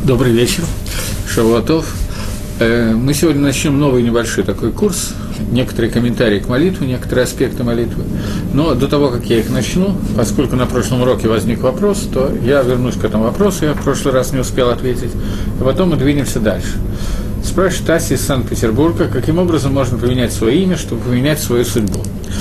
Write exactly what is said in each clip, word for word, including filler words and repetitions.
Добрый вечер, Шавуатов. Мы сегодня начнем новый небольшой такой курс, некоторые комментарии к молитве, некоторые аспекты молитвы. Но до того, как я их начну, поскольку на прошлом уроке возник вопрос, то я вернусь к этому вопросу, я в прошлый раз не успел ответить, а потом мы двинемся дальше. Спрашивает Ася из Санкт-Петербурга, каким образом можно поменять свое имя, чтобы поменять свою судьбу.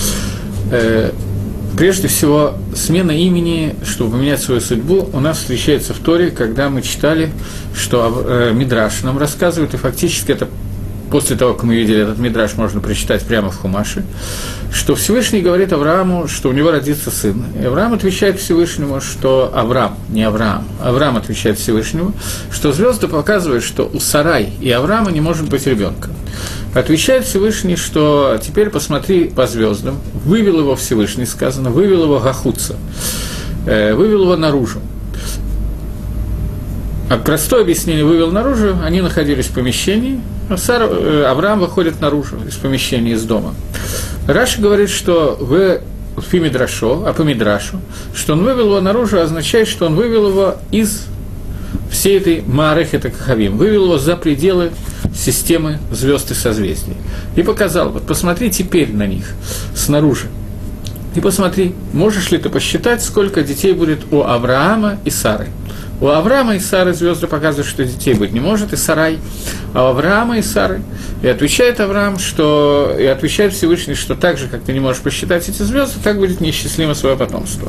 Прежде всего, смена имени, чтобы поменять свою судьбу, у нас встречается в Торе, когда мы читали, что э, Мидраш нам рассказывает, и фактически это после того, как мы видели этот Мидраш, можно прочитать прямо в Хумаше, что Всевышний говорит Аврааму, что у него родится сын. И Авраам отвечает Всевышнему, что Авраам, не Авраам, Авраам отвечает Всевышнему, что звезды показывают, что у Сарай и Авраама не может быть ребенка. Отвечает Всевышний, что теперь посмотри по звездам, вывел его Всевышний, сказано, вывел его Гахуца, вывел его наружу. А простое объяснение вывел наружу, они находились в помещении, а Сара, Авраам выходит наружу из помещения, из дома. Раши говорит, что в Фимидрашо, а по Мидрашу, что он вывел его наружу, означает, что он вывел его из всей этой Маарехет ха-Кохавим, вывел его за пределы системы звезд и созвездий. И показал, вот посмотри теперь на них снаружи. И посмотри, можешь ли ты посчитать, сколько детей будет у Авраама и Сары. У Авраама и Сары звезды показывают, что детей быть не может, и Сарай. А у Авраама и Сары. И отвечает Авраам, что, и отвечает Всевышний, что так же, как ты не можешь посчитать эти звезды, так будет неисчислимо свое потомство.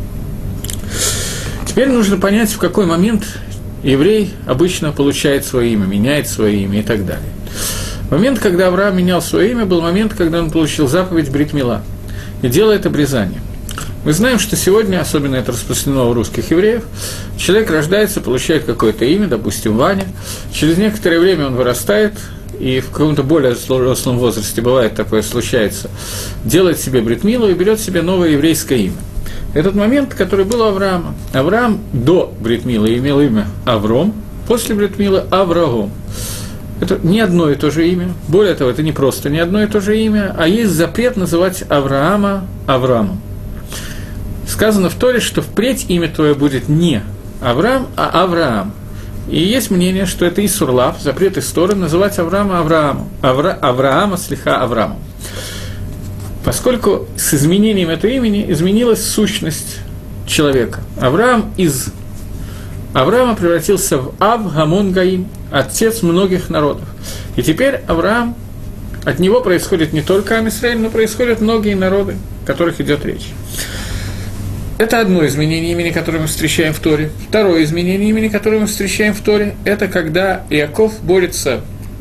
Теперь нужно понять, в какой момент еврей обычно получает свое имя, меняет свое имя и так далее. Момент, когда Авраам менял свое имя, был момент, когда он получил заповедь Брит Мила и делает обрезание. Мы знаем, что сегодня, особенно это распространено у русских евреев, человек рождается, получает какое-то имя, допустим, Ваня, через некоторое время он вырастает, и в каком-то более взрослом возрасте, бывает такое, случается, делает себе Брит Милу и берет себе новое еврейское имя. Этот момент, который был у Авраама. Авраам до Брит Милы имел имя Авром, после Брит Милы Аврагом. Это не одно и то же имя. Более того, это не просто не одно и то же имя, а есть запрет называть Авраама Авраамом. Сказано в Торе, что впредь имя твое будет не Авраам, а Авраам. И есть мнение, что это Исурлав, запрет из Торы, называть Авраама Авраамом. Авра, Авраама слиха Авраамом. Поскольку с изменением этого имени изменилась сущность человека. Авраам из Авраама превратился в Ав Гамон Гаим, отец многих народов. И теперь Авраам, от него происходит не только Ам Исраэль, но происходят многие народы, о которых идет речь. Это одно изменение имени, которое мы встречаем в Торе. Второе изменение имени, которое мы встречаем в Торе, это когда Иаков борется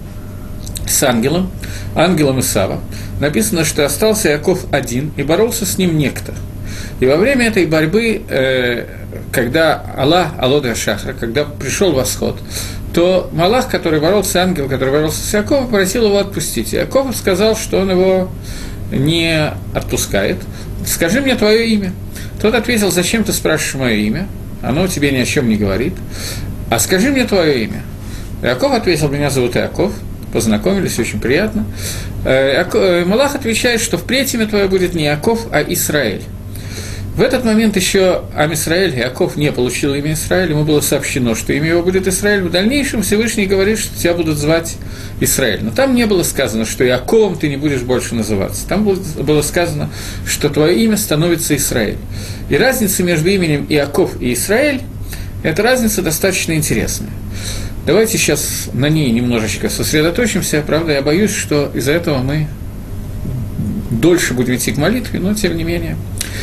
с ангелом, ангелом Исава. Написано, что остался Иаков один, и боролся с ним некто. И во время этой борьбы, э, когда Аллах, Алода Шахра, когда пришел восход, то Малах, который боролся, ангел, который боролся с Иаковом, просил его отпустить. Иаков сказал, что он его не отпускает. «Скажи мне твое имя». Тот ответил: «Зачем ты спрашиваешь мое имя? Оно тебе ни о чем не говорит. А скажи мне твое имя». Иаков ответил: «Меня зовут Иаков». Познакомились, очень приятно. Малах отвечает, что впредь имя твое будет не Иаков, а Исраэль. В этот момент еще Ам Исраэль, Иаков не получил имя Исраэль, ему было сообщено, что имя его будет Исраэль. В дальнейшем Всевышний говорит, что тебя будут звать Исраэль. Но там не было сказано, что Иаковом ты не будешь больше называться. Там было сказано, что твое имя становится Исраэль. И разница между именем Иаков и Исраэль, эта разница достаточно интересная. Давайте сейчас на ней немножечко сосредоточимся. Правда, я боюсь, что из-за этого мы дольше будем идти к молитве, но тем не менее.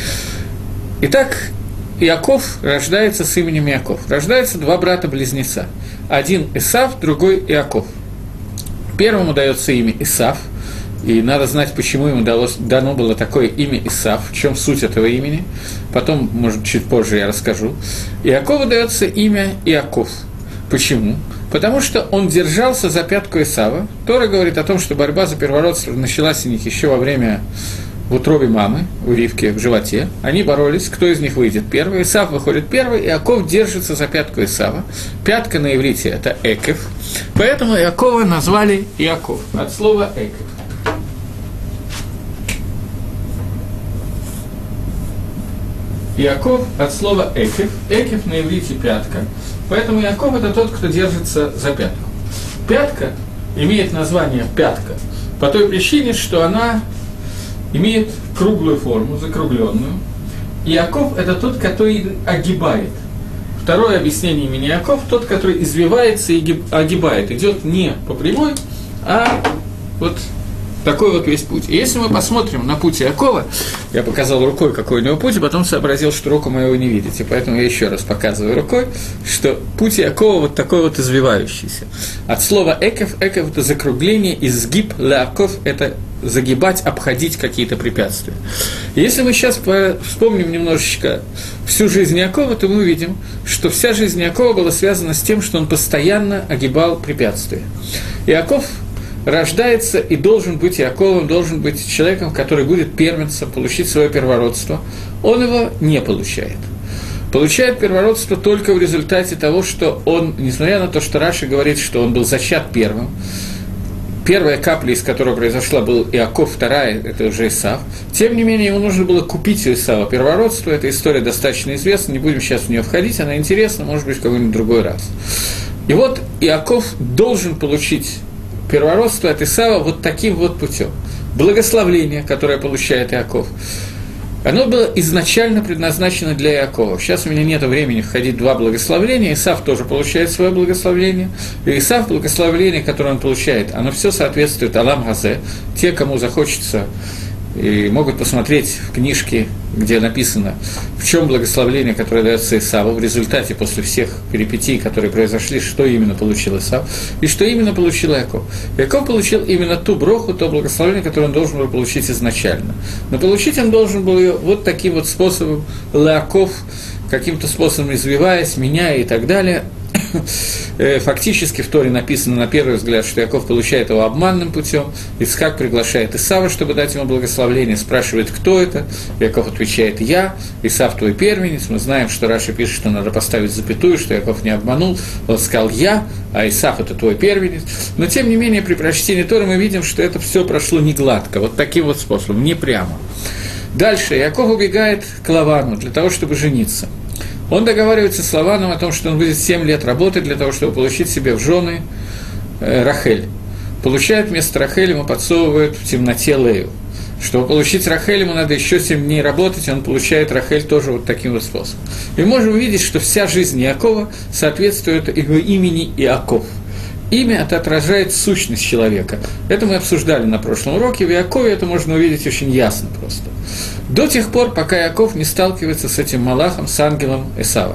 Итак, Иаков рождается с именем Иаков. Рождаются два брата-близнеца. Один Исав, другой Иаков. Первому дается имя Исав, и надо знать, почему ему далось, дано было такое имя Исав, в чем суть этого имени. Потом, может, чуть позже я расскажу. Иакову дается имя Иаков. Почему? Потому что он держался за пятку Исава. Тора говорит о том, что борьба за первородство началась у них еще во время в утробе мамы, у Ривки, в животе. Они боролись, кто из них выйдет первый. Исав выходит первый, Иаков держится за пятку Исава. Пятка на иврите – это Экев. Поэтому Иакова назвали Иаков, от слова Экев. Иаков от слова Экев. Экев на иврите пятка. Поэтому Яков – это тот, кто держится за пятку. Пятка имеет название «пятка» по той причине, что она имеет круглую форму, закругленную. И Яков – это тот, который огибает. Второе объяснение имени Яков – тот, который извивается и огибает. Идет не по прямой, а вот такой вот весь путь. И если мы посмотрим на путь Якова, я показал рукой, какой у него путь, и потом сообразил, что руку мою вы не видите. Поэтому я еще раз показываю рукой, что путь Якова вот такой вот извивающийся. От слова «экев», «экев» – это закругление, изгиб, «леаков» – это загибать, обходить какие-то препятствия. И если мы сейчас вспомним немножечко всю жизнь Якова, то мы увидим, что вся жизнь Якова была связана с тем, что он постоянно огибал препятствия. Иаков рождается и должен быть Яковом, должен быть человеком, который будет первенцем, получить свое первородство. Он его не получает. Получает первородство только в результате того, что он, несмотря на то, что Раши говорит, что он был зачат первым, первая капля, из которой произошла, был Иаков, вторая, это уже Исав. Тем не менее, ему нужно было купить у Исава первородство. Эта история достаточно известна, не будем сейчас в нее входить, она интересна, может быть, в какой-нибудь другой раз. И вот Иаков должен получить первородство от Исава вот таким вот путем. Благословление, которое получает Иаков, оно было изначально предназначено для Иакова. Сейчас у меня нет времени входить в два благословления. Исав тоже получает свое благословление. И Исав, благословление, которое он получает, оно все соответствует Алам Газе. Те, кому захочется, и могут посмотреть в книжке, где написано, в чем благословление, которое дается Исаву в результате после всех перипетий, которые произошли, что именно получил Исав, и что именно получил Иаков. Иаков получил именно ту броху, то благословение, которое он должен был получить изначально. Но получить он должен был ее вот таким вот способом, Леаков, каким-то способом извиваясь, меняя и так далее. Фактически в Торе написано на первый взгляд, что Иаков получает его обманным путем. Ицхак приглашает Исава, чтобы дать ему благословление, спрашивает, кто это. Иаков отвечает: «Я, Исав твой первенец». Мы знаем, что Раши пишет, что надо поставить запятую, что Иаков не обманул. Он сказал: «Я, а Исав это твой первенец». Но тем не менее, при прочтении Торы мы видим, что это все прошло не гладко, вот таким вот способом, не прямо. Дальше Иаков убегает к Лавану для того, чтобы жениться. Он договаривается с Лаваном о том, что он будет семь лет работать для того, чтобы получить себе в жены э, Рахель. Получает вместо Рахель, ему подсовывают в темноте Лею. Чтобы получить Рахель, ему надо еще семь дней работать, он получает Рахель тоже вот таким вот способом. И можем увидеть, что вся жизнь Иакова соответствует его имени Иаков. Имя это отражает сущность человека. Это мы обсуждали на прошлом уроке. В Иакове это можно увидеть очень ясно просто. До тех пор, пока Иаков не сталкивается с этим малахом, с ангелом Эсава.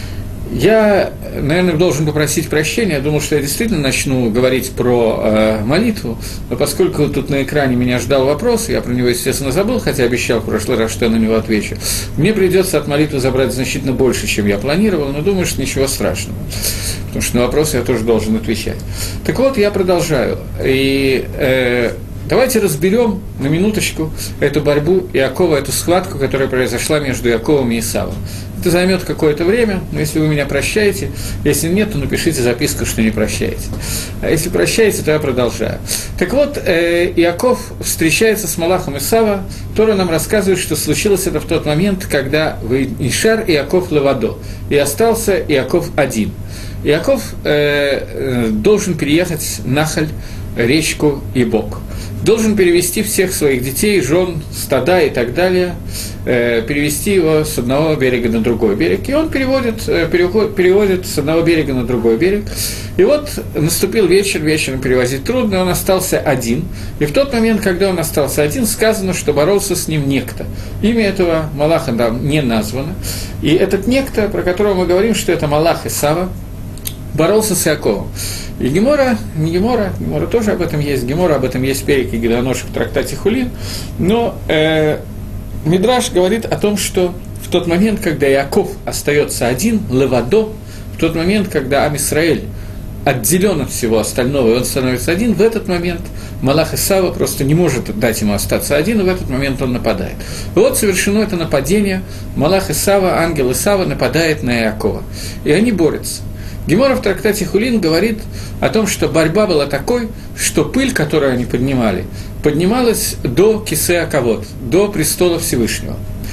Я, наверное, должен попросить прощения. Я думал, что я действительно начну говорить про э, молитву, но поскольку тут на экране меня ждал вопрос, я про него, естественно, забыл, хотя обещал в прошлый раз, что я на него отвечу. Мне придется от молитвы забрать значительно больше, чем я планировал, но думаю, что ничего страшного, потому что на вопросы я тоже должен отвечать. Так вот, я продолжаю. И э, давайте разберем на минуточку эту борьбу Иакова, эту схватку, которая произошла между Иаковом и Исавом. Это займет какое-то время, но если вы меня прощаете, если нет, то напишите записку, что не прощаете. А если прощаете, то я продолжаю. Так вот, э, Иаков встречается с малахом Исава. Тора нам рассказывает, что случилось это в тот момент, когда Ишар Иаков левадо, и остался Иаков один. Иаков э, э, должен переехать на Нахаль, речку Ибок. Должен перевести всех своих детей, жен, стада и так далее, э, перевести его с одного берега на другой берег. И он переводит, э, перевод, переводит с одного берега на другой берег. И вот наступил вечер, вечером перевозить трудно, он остался один. И в тот момент, когда он остался один, сказано, что боролся с ним некто. Имя этого малаха там не названо. И этот некто, про которого мы говорим, что это малах Исава, боролся с Иаковом. И Гемора, не Гемора, Гемора тоже об этом есть, Гемора об этом есть в Переке Гедоноши в трактате Хулин, но э, Мидраш говорит о том, что в тот момент, когда Иаков остается один, левадо, в тот момент, когда Ам Исраэль отделен от всего остального, и он становится один, в этот момент малах Исава просто не может дать ему остаться один, и в этот момент он нападает. И вот совершено это нападение, малах Исава, ангел Исава нападает на Иакова, и они борются. Гемора в трактате Хулин говорит о том, что борьба была такой, что пыль, которую они поднимали, поднималась до кисеа кавод, до престола Всевышнего.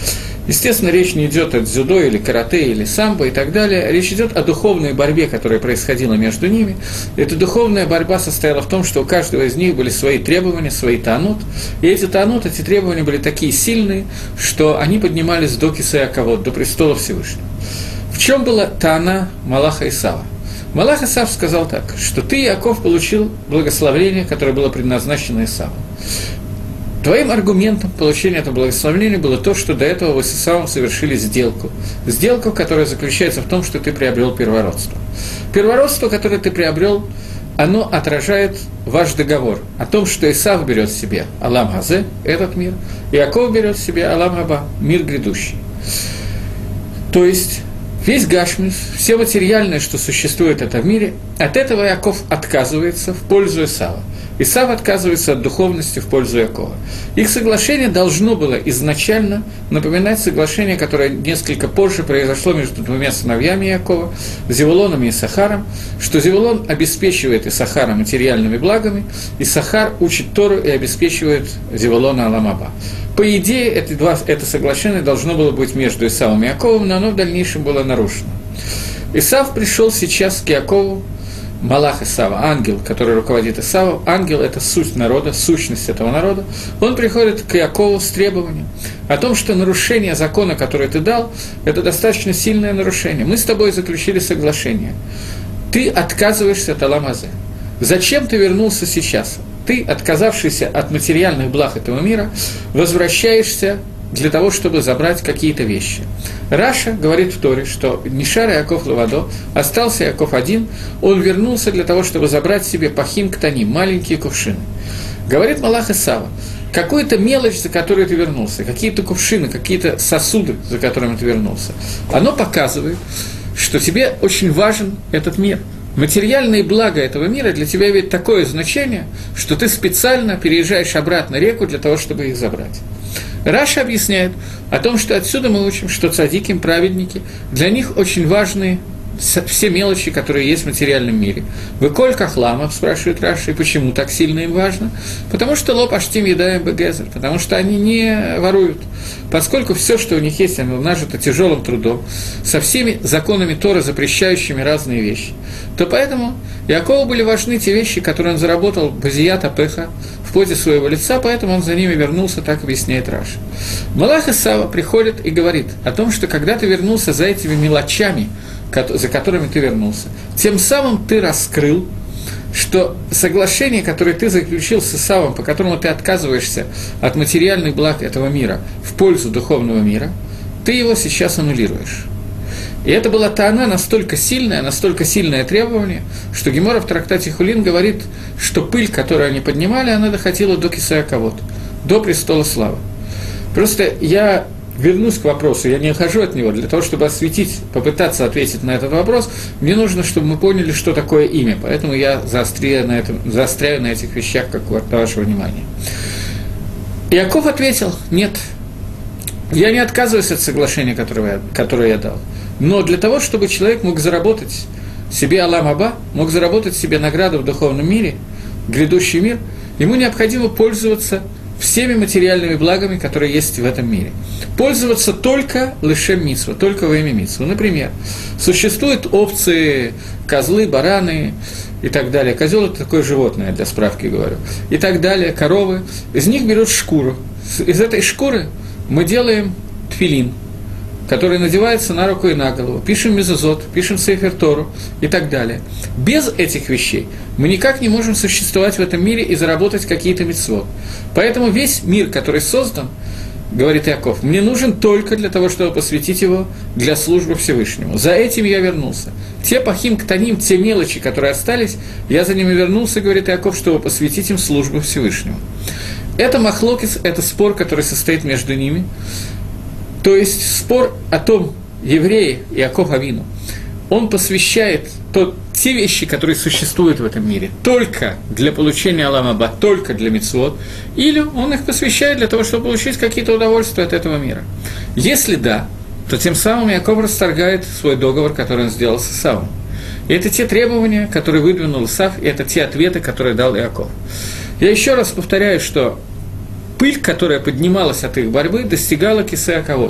Естественно, речь не идет о дзюдо или карате или самбо и так далее. Речь идет о духовной борьбе, которая происходила между ними. Эта духовная борьба состояла в том, что у каждого из них были свои требования, свои таанут. И эти таанут, эти требования были такие сильные, что они поднимались до кисея кавод, до престола Всевышнего. В чем была таана Малаха Исава? Малах Исав сказал так, что ты, Иаков, получил благословение, которое было предназначено Исаву. Твоим аргументом получения этого благословения было то, что до этого вы с Исавом совершили сделку. Сделку, которая заключается в том, что ты приобрел первородство. Первородство, которое ты приобрел, оно отражает ваш договор о том, что Исав берет себе Алам Хазе, этот мир, и Иаков берет себе Алам Хаба, мир грядущий. То есть весь Гашмис, все материальное, что существует в этом мире, от этого Иаков отказывается в пользу Исава. Исав отказывается от духовности в пользу Иакова. Их соглашение должно было изначально напоминать соглашение, которое несколько позже произошло между двумя сыновьями Иакова, Зевулоном и Исахаром, что Зевулон обеспечивает Исахара материальными благами, Исахар учит Тору и обеспечивает Зевулона Алам Хаба. По идее, это, два, это соглашение должно было быть между Исавом и Иаковом, но оно в дальнейшем было нарушено. Исав пришел сейчас к Иакову, Малах Исава, ангел, который руководит Исавом, ангел – это суть народа, сущность этого народа, он приходит к Иакову с требованием о том, что нарушение закона, который ты дал, это достаточно сильное нарушение. Мы с тобой заключили соглашение. Ты отказываешься от Алам Хазе. Зачем ты вернулся сейчас? Ты, отказавшийся от материальных благ этого мира, возвращаешься для того, чтобы забрать какие-то вещи. Раша говорит в Торе, что Нишар Иаков Лавадо, остался Иаков один, он вернулся для того, чтобы забрать себе пахим ктаним, маленькие кувшины. Говорит Малах Исава, какую-то мелочь, за которую ты вернулся, какие-то кувшины, какие-то сосуды, за которыми ты вернулся, оно показывает, что тебе очень важен этот мир. Материальные блага этого мира для тебя имеют такое значение, что ты специально переезжаешь обратно реку для того, чтобы их забрать. Раша объясняет о том, что отсюда мы учим, что цадиким, праведники, для них очень важны все мелочи, которые есть в материальном мире. «Вы коль кахлама?» – спрашивает Раша, и почему так сильно им важно? Потому что лоб аштим едаем бегезер, потому что они не воруют. Поскольку все, что у них есть, оно нажито тяжелым трудом, со всеми законами Торы, запрещающими разные вещи, то поэтому Иакову были важны те вещи, которые он заработал базият апеха, в поте своего лица, поэтому он за ними вернулся, так объясняет Раша. Малах Исава приходит и говорит о том, что когда ты вернулся за этими мелочами, за которыми ты вернулся, тем самым ты раскрыл, что соглашение, которое ты заключил с Исавом, по которому ты отказываешься от материальных благ этого мира в пользу духовного мира, ты его сейчас аннулируешь. И это была таана настолько сильная, настолько сильное требование, что Гемора в трактате Хулин говорит, что пыль, которую они поднимали, она доходила до кисея кавод, до престола славы. Просто я вернусь к вопросу, я не ухожу от него, для того, чтобы осветить, попытаться ответить на этот вопрос, мне нужно, чтобы мы поняли, что такое имя, поэтому я заостряю на, этом, заостряю на этих вещах, как на ваше внимание. Иаков ответил, нет, я не отказываюсь от соглашения, которое я, которое я дал, но для того, чтобы человек мог заработать себе Алам Хаба, мог заработать себе награду в духовном мире, грядущий мир, ему необходимо пользоваться всеми материальными благами, которые есть в этом мире. Пользоваться только лешем мицва, только во имя мицва. Например, существуют овцы, козлы, бараны и так далее. Козел – это такое животное, для справки говорю. И так далее, коровы. Из них берут шкуру. Из этой шкуры мы делаем тфилин, который надевается на руку и на голову. Пишем мезузот, пишем сейфер Тору и так далее. Без этих вещей мы никак не можем существовать в этом мире и заработать какие-то мицвот. Поэтому весь мир, который создан, говорит Иаков, мне нужен только для того, чтобы посвятить его для службы Всевышнему. За этим я вернулся. Те пахим ктаним, те мелочи, которые остались, я за ними вернулся, говорит Иаков, чтобы посвятить им службу Всевышнему. Это махлокис, это спор, который состоит между ними. То есть спор о том, евреи, Иаков Авину, он посвящает то, те вещи, которые существуют в этом мире, только для получения Алам Хаба, только для мицвот, или он их посвящает для того, чтобы получить какие-то удовольствия от этого мира. Если да, то тем самым Иаков расторгает свой договор, который он сделал с Исавом. И это те требования, которые выдвинул Исав, и это те ответы, которые дал Иаков. Я еще раз повторяю, что пыль, которая поднималась от их борьбы, достигала кисея кавод.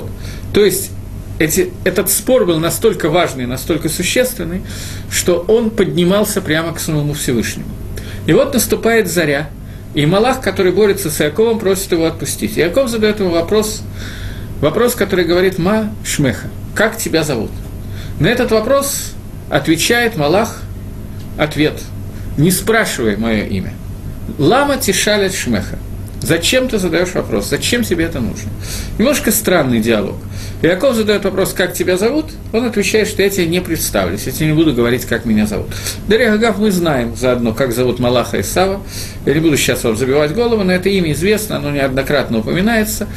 То есть эти, этот спор был настолько важный, настолько существенный, что он поднимался прямо к самому Всевышнему. И вот наступает заря, и Малах, который борется с Иаковом, просит его отпустить. Иаков задает ему вопрос, вопрос, который говорит «Ма шмеха», «Как тебя зовут?». На этот вопрос отвечает Малах ответ, не спрашивай мое имя. «Лама тишалят шмеха». Зачем ты задаешь вопрос? Зачем тебе это нужно? Немножко странный диалог. Иаков задает вопрос, как тебя зовут? Он отвечает, что я тебе не представлюсь, я тебе не буду говорить, как меня зовут. Дарья Гагав, мы знаем заодно, как зовут Малаха и Исава. Я не буду сейчас вам забивать голову, но это имя известно, оно неоднократно упоминается.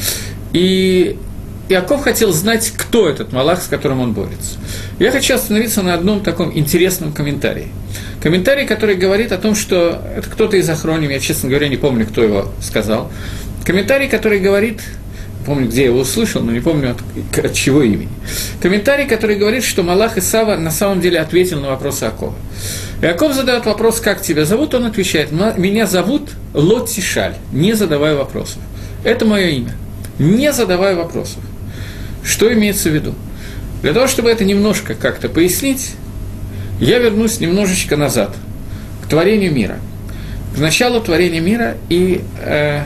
И Иаков хотел знать, кто этот Малах, с которым он борется. Я хочу остановиться на одном таком интересном комментарии. Комментарий, который говорит о том, что это кто-то из Ахроним, я, честно говоря, не помню, кто его сказал. Комментарий, который говорит, помню, где я его услышал, но не помню, от, от чего имени. Комментарий, который говорит, что Малах Исава на самом деле ответил на вопрос Иакова. Иаков задает вопрос, как тебя зовут, он отвечает, меня зовут Лот Тишаль, не задавай вопросов. Это мое имя, не задавай вопросов. Что имеется в виду? Для того, чтобы это немножко как-то пояснить, я вернусь немножечко назад, к творению мира, к началу творения мира, и, э,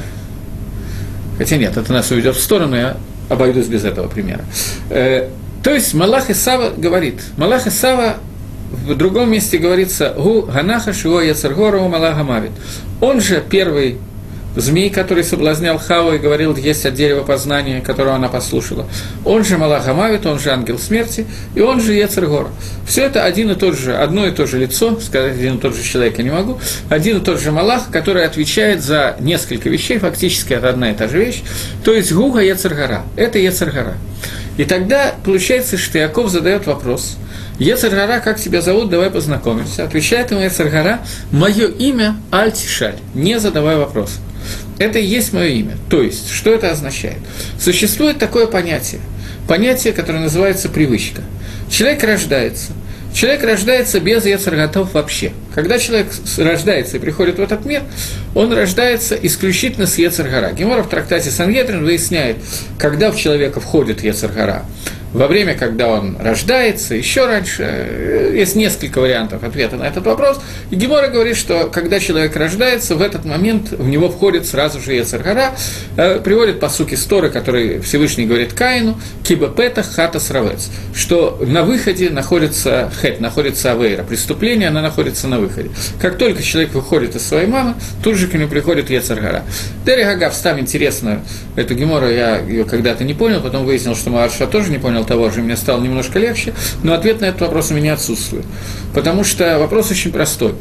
хотя нет, это нас уведет в сторону, я обойдусь без этого примера. Э, то есть Малах Исава говорит, Малах Исава в другом месте говорится, «Гу ганаха шио яцергору малага мавит». Он же первый змей, который соблазнял Хаву и говорил, есть от дерева познания, которого она послушала. Он же Малах Амавит, он же ангел смерти, и он же Йецер Гора. Все это один и тот же, одно и то же лицо, сказать один и тот же человек я не могу, один и тот же Малах, который отвечает за несколько вещей, фактически это одна и та же вещь, то есть Гуга Йецер Гора, это Йецер Гора. И тогда получается, что Иаков задает вопрос, Йецер Гора, как тебя зовут, давай познакомимся. Отвечает ему Йецер Гора, мое имя Аль-Тишаль, не задавай вопросов. Это и есть мое имя. То есть, что это означает? Существует такое понятие, понятие, которое называется привычка. Человек рождается. Человек рождается без Йецер Гора вообще. Когда человек рождается и приходит в этот мир, он рождается исключительно с Йецер Гора. Гемара в трактате Сангедрин выясняет, когда в человека входит Йецер Гора. Во время, когда он рождается, еще раньше, есть несколько вариантов ответа на этот вопрос, и Гемара говорит, что когда человек рождается, в этот момент в него входит сразу же Йецер Гора, э, приводит пасуки из Торы, который Всевышний говорит Каину, «Киба петах хатас равец», что на выходе находится хет, находится авейра, преступление, она находится на выходе. Как только человек выходит из своей мамы, тут же к нему приходит Йецер Гора. Дери Гагав, там интересно, эту Гемору я ее когда-то не понял, потом выяснил, что Маарша тоже не понял того же, мне стало немножко легче, но ответ на этот вопрос у меня отсутствует. Потому что вопрос очень простой.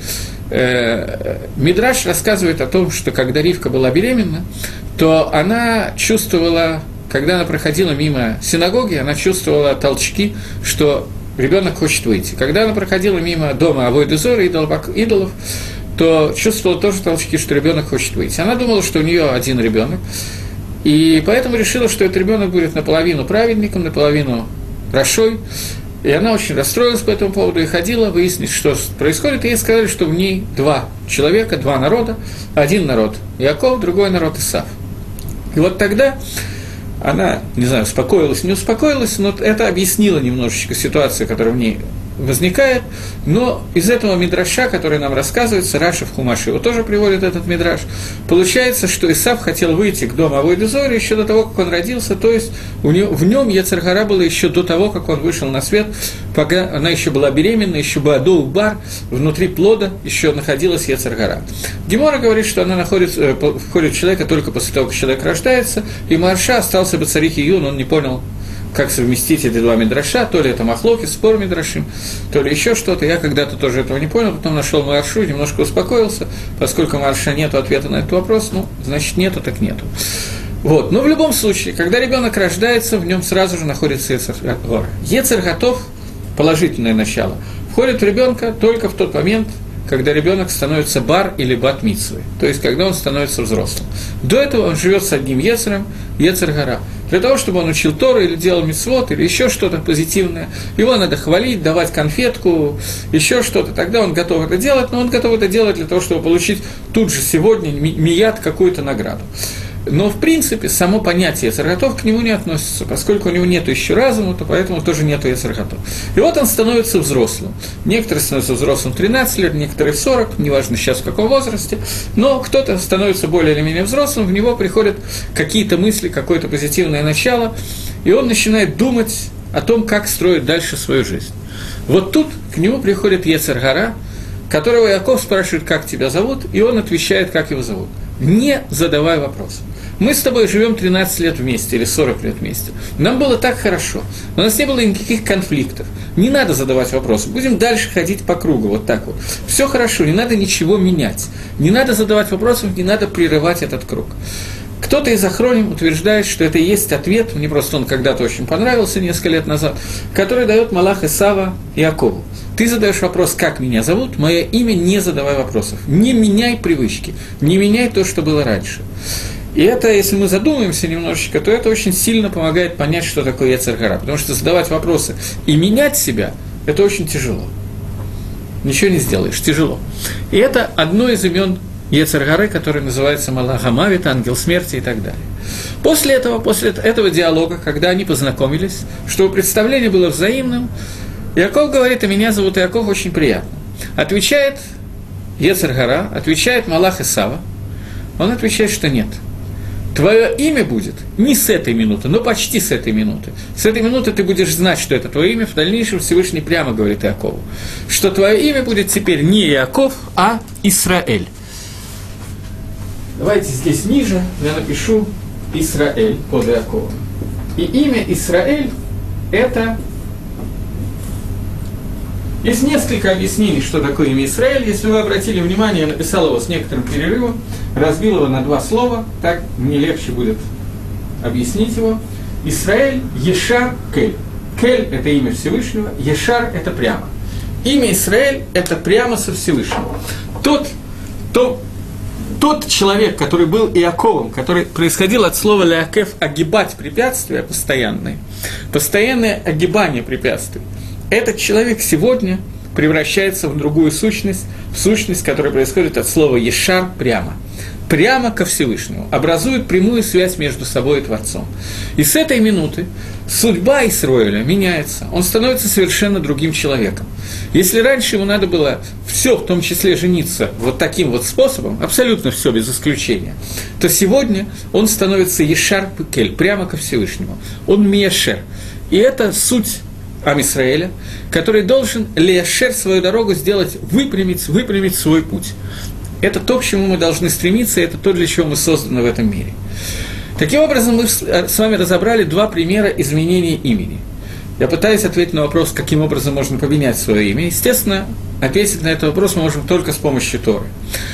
Мидраш рассказывает о том, что когда Ривка была беременна, то она чувствовала, когда она проходила мимо синагоги, она чувствовала толчки, что ребенок хочет выйти. Когда она проходила мимо дома Авойд Зора, идолов, то чувствовала тоже толчки, что ребенок хочет выйти. Она думала, что у нее один ребенок, и поэтому решила, что этот ребенок будет наполовину праведником, наполовину рашой. И она очень расстроилась по этому поводу и ходила выяснить, что происходит. И ей сказали, что в ней два человека, два народа. Один народ Иаков, другой народ Исав. И вот тогда она, не знаю, успокоилась, не успокоилась, но это объяснило немножечко ситуацию, которая в ней возникает, но из этого мидраша, который нам рассказывается, Раша в Хумаше его тоже приводит этот мидраш, получается, что Исав хотел выйти к дому Авойд Зора еще до того, как он родился, то есть у него, в нем Йецер Гора было еще до того, как он вышел на свет, пока она еще была беременна, еще была до Убар, внутри плода еще находилась Йецер Гора. Гемора говорит, что она находится, входит в человека только после того, как человек рождается, и Маарша остался бы царих Июн, он не понял, как совместить эти два мидраша, то ли это махлоки, спор мидрашим, то ли еще что-то. Я когда-то тоже этого не понял, потом нашел Мааршу, немножко успокоился, поскольку Маарша нету ответа на этот вопрос, ну, значит, нету, так нету. Вот, но в любом случае, когда ребенок рождается, в нем сразу же находится Йецер Гора. Йецер готов, положительное начало, входит в ребенка только в тот момент, когда ребенок становится бар или бат мицвой, то есть когда он становится взрослым. До этого он живет с одним Йецером, Йецер Гора. Для того, чтобы он учил Тору или делал мицвот, или еще что-то позитивное, его надо хвалить, давать конфетку, еще что-то, тогда он готов это делать, но он готов это делать для того, чтобы получить тут же сегодня мияд какую-то награду. Но, в принципе, само понятие Ецер-Гатов к нему не относится, поскольку у него нет еще разума, то поэтому тоже нет Ецер-Гатов. И вот он становится взрослым. Некоторые становятся взрослым в тринадцать лет, некоторые в сорок, неважно сейчас в каком возрасте, но кто-то становится более или менее взрослым, в него приходят какие-то мысли, какое-то позитивное начало, и он начинает думать о том, как строить дальше свою жизнь. Вот тут к нему приходит Ецер-Гара, которого Яаков спрашивает, как тебя зовут, и он отвечает, как его зовут. Не задавай вопросов. Мы с тобой живем тринадцать лет вместе или сорок лет вместе. Нам было так хорошо. У нас не было никаких конфликтов. Не надо задавать вопросы. Будем дальше ходить по кругу, вот так вот. Все хорошо, не надо ничего менять. Не надо задавать вопросов, не надо прерывать этот круг. Кто-то из охроним утверждает, что это и есть ответ, мне просто он когда-то очень понравился, несколько лет назад, который дает Малах Исава Яакову. Ты задаешь вопрос, как меня зовут, мое имя, не задавай вопросов. Не меняй привычки, не меняй то, что было раньше. И это, если мы задумаемся немножечко, то это очень сильно помогает понять, что такое Ецер-Гара. Потому что задавать вопросы и менять себя – это очень тяжело. Ничего не сделаешь, тяжело. И это одно из имен Ецер-Гары, который называется Малах ха-Мавит, ангел смерти и так далее. После этого, после этого диалога, когда они познакомились, чтобы представление было взаимным, Яаков говорит, а меня зовут Яаков, очень приятно. Отвечает Ецер-Гара, отвечает Малах Исава, он отвечает, что нет. Твое имя будет не с этой минуты, но почти с этой минуты. С этой минуты ты будешь знать, что это твое имя. В дальнейшем Всевышний прямо говорит Яакову, что твое имя будет теперь не Яаков, а Исраэль. Давайте здесь ниже я напишу Исраэль под Яаковом. И имя Исраэль – это… Есть несколько объяснений, что такое имя Исраэль. Если вы обратили внимание, я написал его с некоторым перерывом, разбил его на два слова, так мне легче будет объяснить его. Исраэль, Ешар, Кель. Кель – это имя Всевышнего, Ешар – это прямо. Имя Исраэль – это прямо со Всевышним. Тот, то, тот человек, который был Иаковом, который происходил от слова «леакев» – огибать препятствия постоянные, постоянное огибание препятствий. Этот человек сегодня превращается в другую сущность, в сущность, которая происходит от слова «ешар» – прямо. Прямо ко Всевышнему, образует прямую связь между собой и Творцом. И с этой минуты судьба Исроэля меняется, он становится совершенно другим человеком. Если раньше ему надо было все, в том числе жениться, вот таким вот способом, абсолютно все без исключения, то сегодня он становится Ешар Пекель, прямо ко Всевышнему. Он Миешер. И это суть Ам Исраэля, который должен леяшер свою дорогу сделать, выпрямить, выпрямить свой путь. Это то, к чему мы должны стремиться, это то, для чего мы созданы в этом мире. Таким образом, мы с вами разобрали два примера изменения имени. Я пытаюсь ответить на вопрос, каким образом можно поменять свое имя. Естественно, ответить на этот вопрос мы можем только с помощью Торы.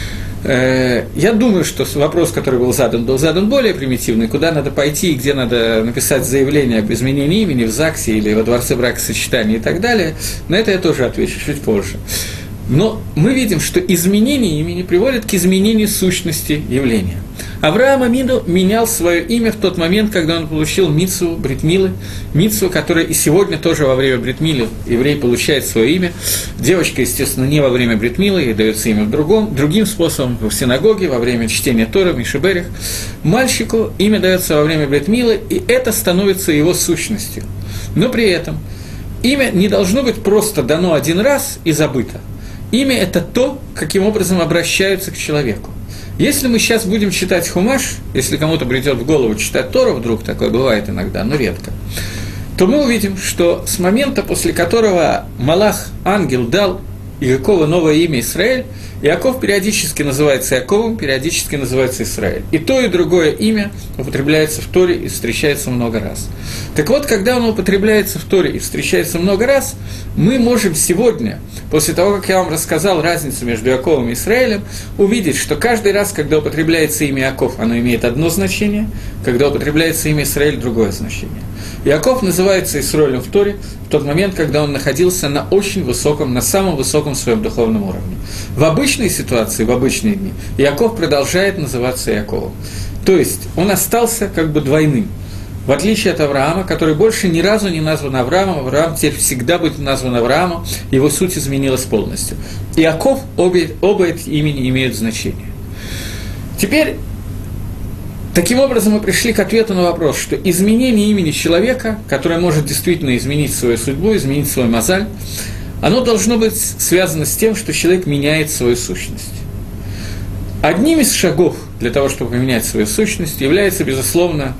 Я думаю, что вопрос, который был задан, был задан более примитивный, куда надо пойти и где надо написать заявление об изменении имени в ЗАГСе или во дворце бракосочетания и так далее. На это я тоже отвечу чуть позже. Но мы видим, что изменение имени приводит к изменению сущности явления. Авраам Авину менял свое имя в тот момент, когда он получил мицву Брит Милы, мицву, которая и сегодня тоже во время Брит Милы еврей получает свое имя. Девочка, естественно, не во время Брит Милы, ей дается имя в другом, другим способом, в синагоге, во время чтения Торы, в Мишеберах. Мальчику имя дается во время Брит Милы, и это становится его сущностью. Но при этом имя не должно быть просто дано один раз и забыто. Имя – это то, каким образом обращаются к человеку. Если мы сейчас будем читать Хумаш, если кому-то придет в голову читать Тору, вдруг такое бывает иногда, но редко, то мы увидим, что с момента, после которого Малах, ангел, дал Яакову новое имя Исраэль, Яаков периодически называется Яаковом, периодически называется Исраэль. И то, и другое имя употребляется в Торе и встречается много раз. Так вот, когда оно употребляется в Торе и встречается много раз, мы можем сегодня, после того, как я вам рассказал разницу между Яаковом и Исраэлем, увидеть, что каждый раз, когда употребляется имя Яаков, оно имеет одно значение, когда употребляется имя Исраэль – другое значение. Яаков называется Исраэлем в Торе в тот момент, когда он находился на очень высоком, на самом высоком своем духовном уровне. В обычной ситуации, в обычные дни, Яаков продолжает называться Яаковом. То есть он остался как бы двойным. В отличие от Авраама, который больше ни разу не назван Авраамом, Авраам теперь всегда будет назван Авраамом, его суть изменилась полностью. Иаков, обе, оба эти имени имеют значение. Теперь Таким образом, мы пришли к ответу на вопрос, что изменение имени человека, которое может действительно изменить свою судьбу, изменить свой мазаль, оно должно быть связано с тем, что человек меняет свою сущность. Одним из шагов для того, чтобы поменять свою сущность, является, безусловно,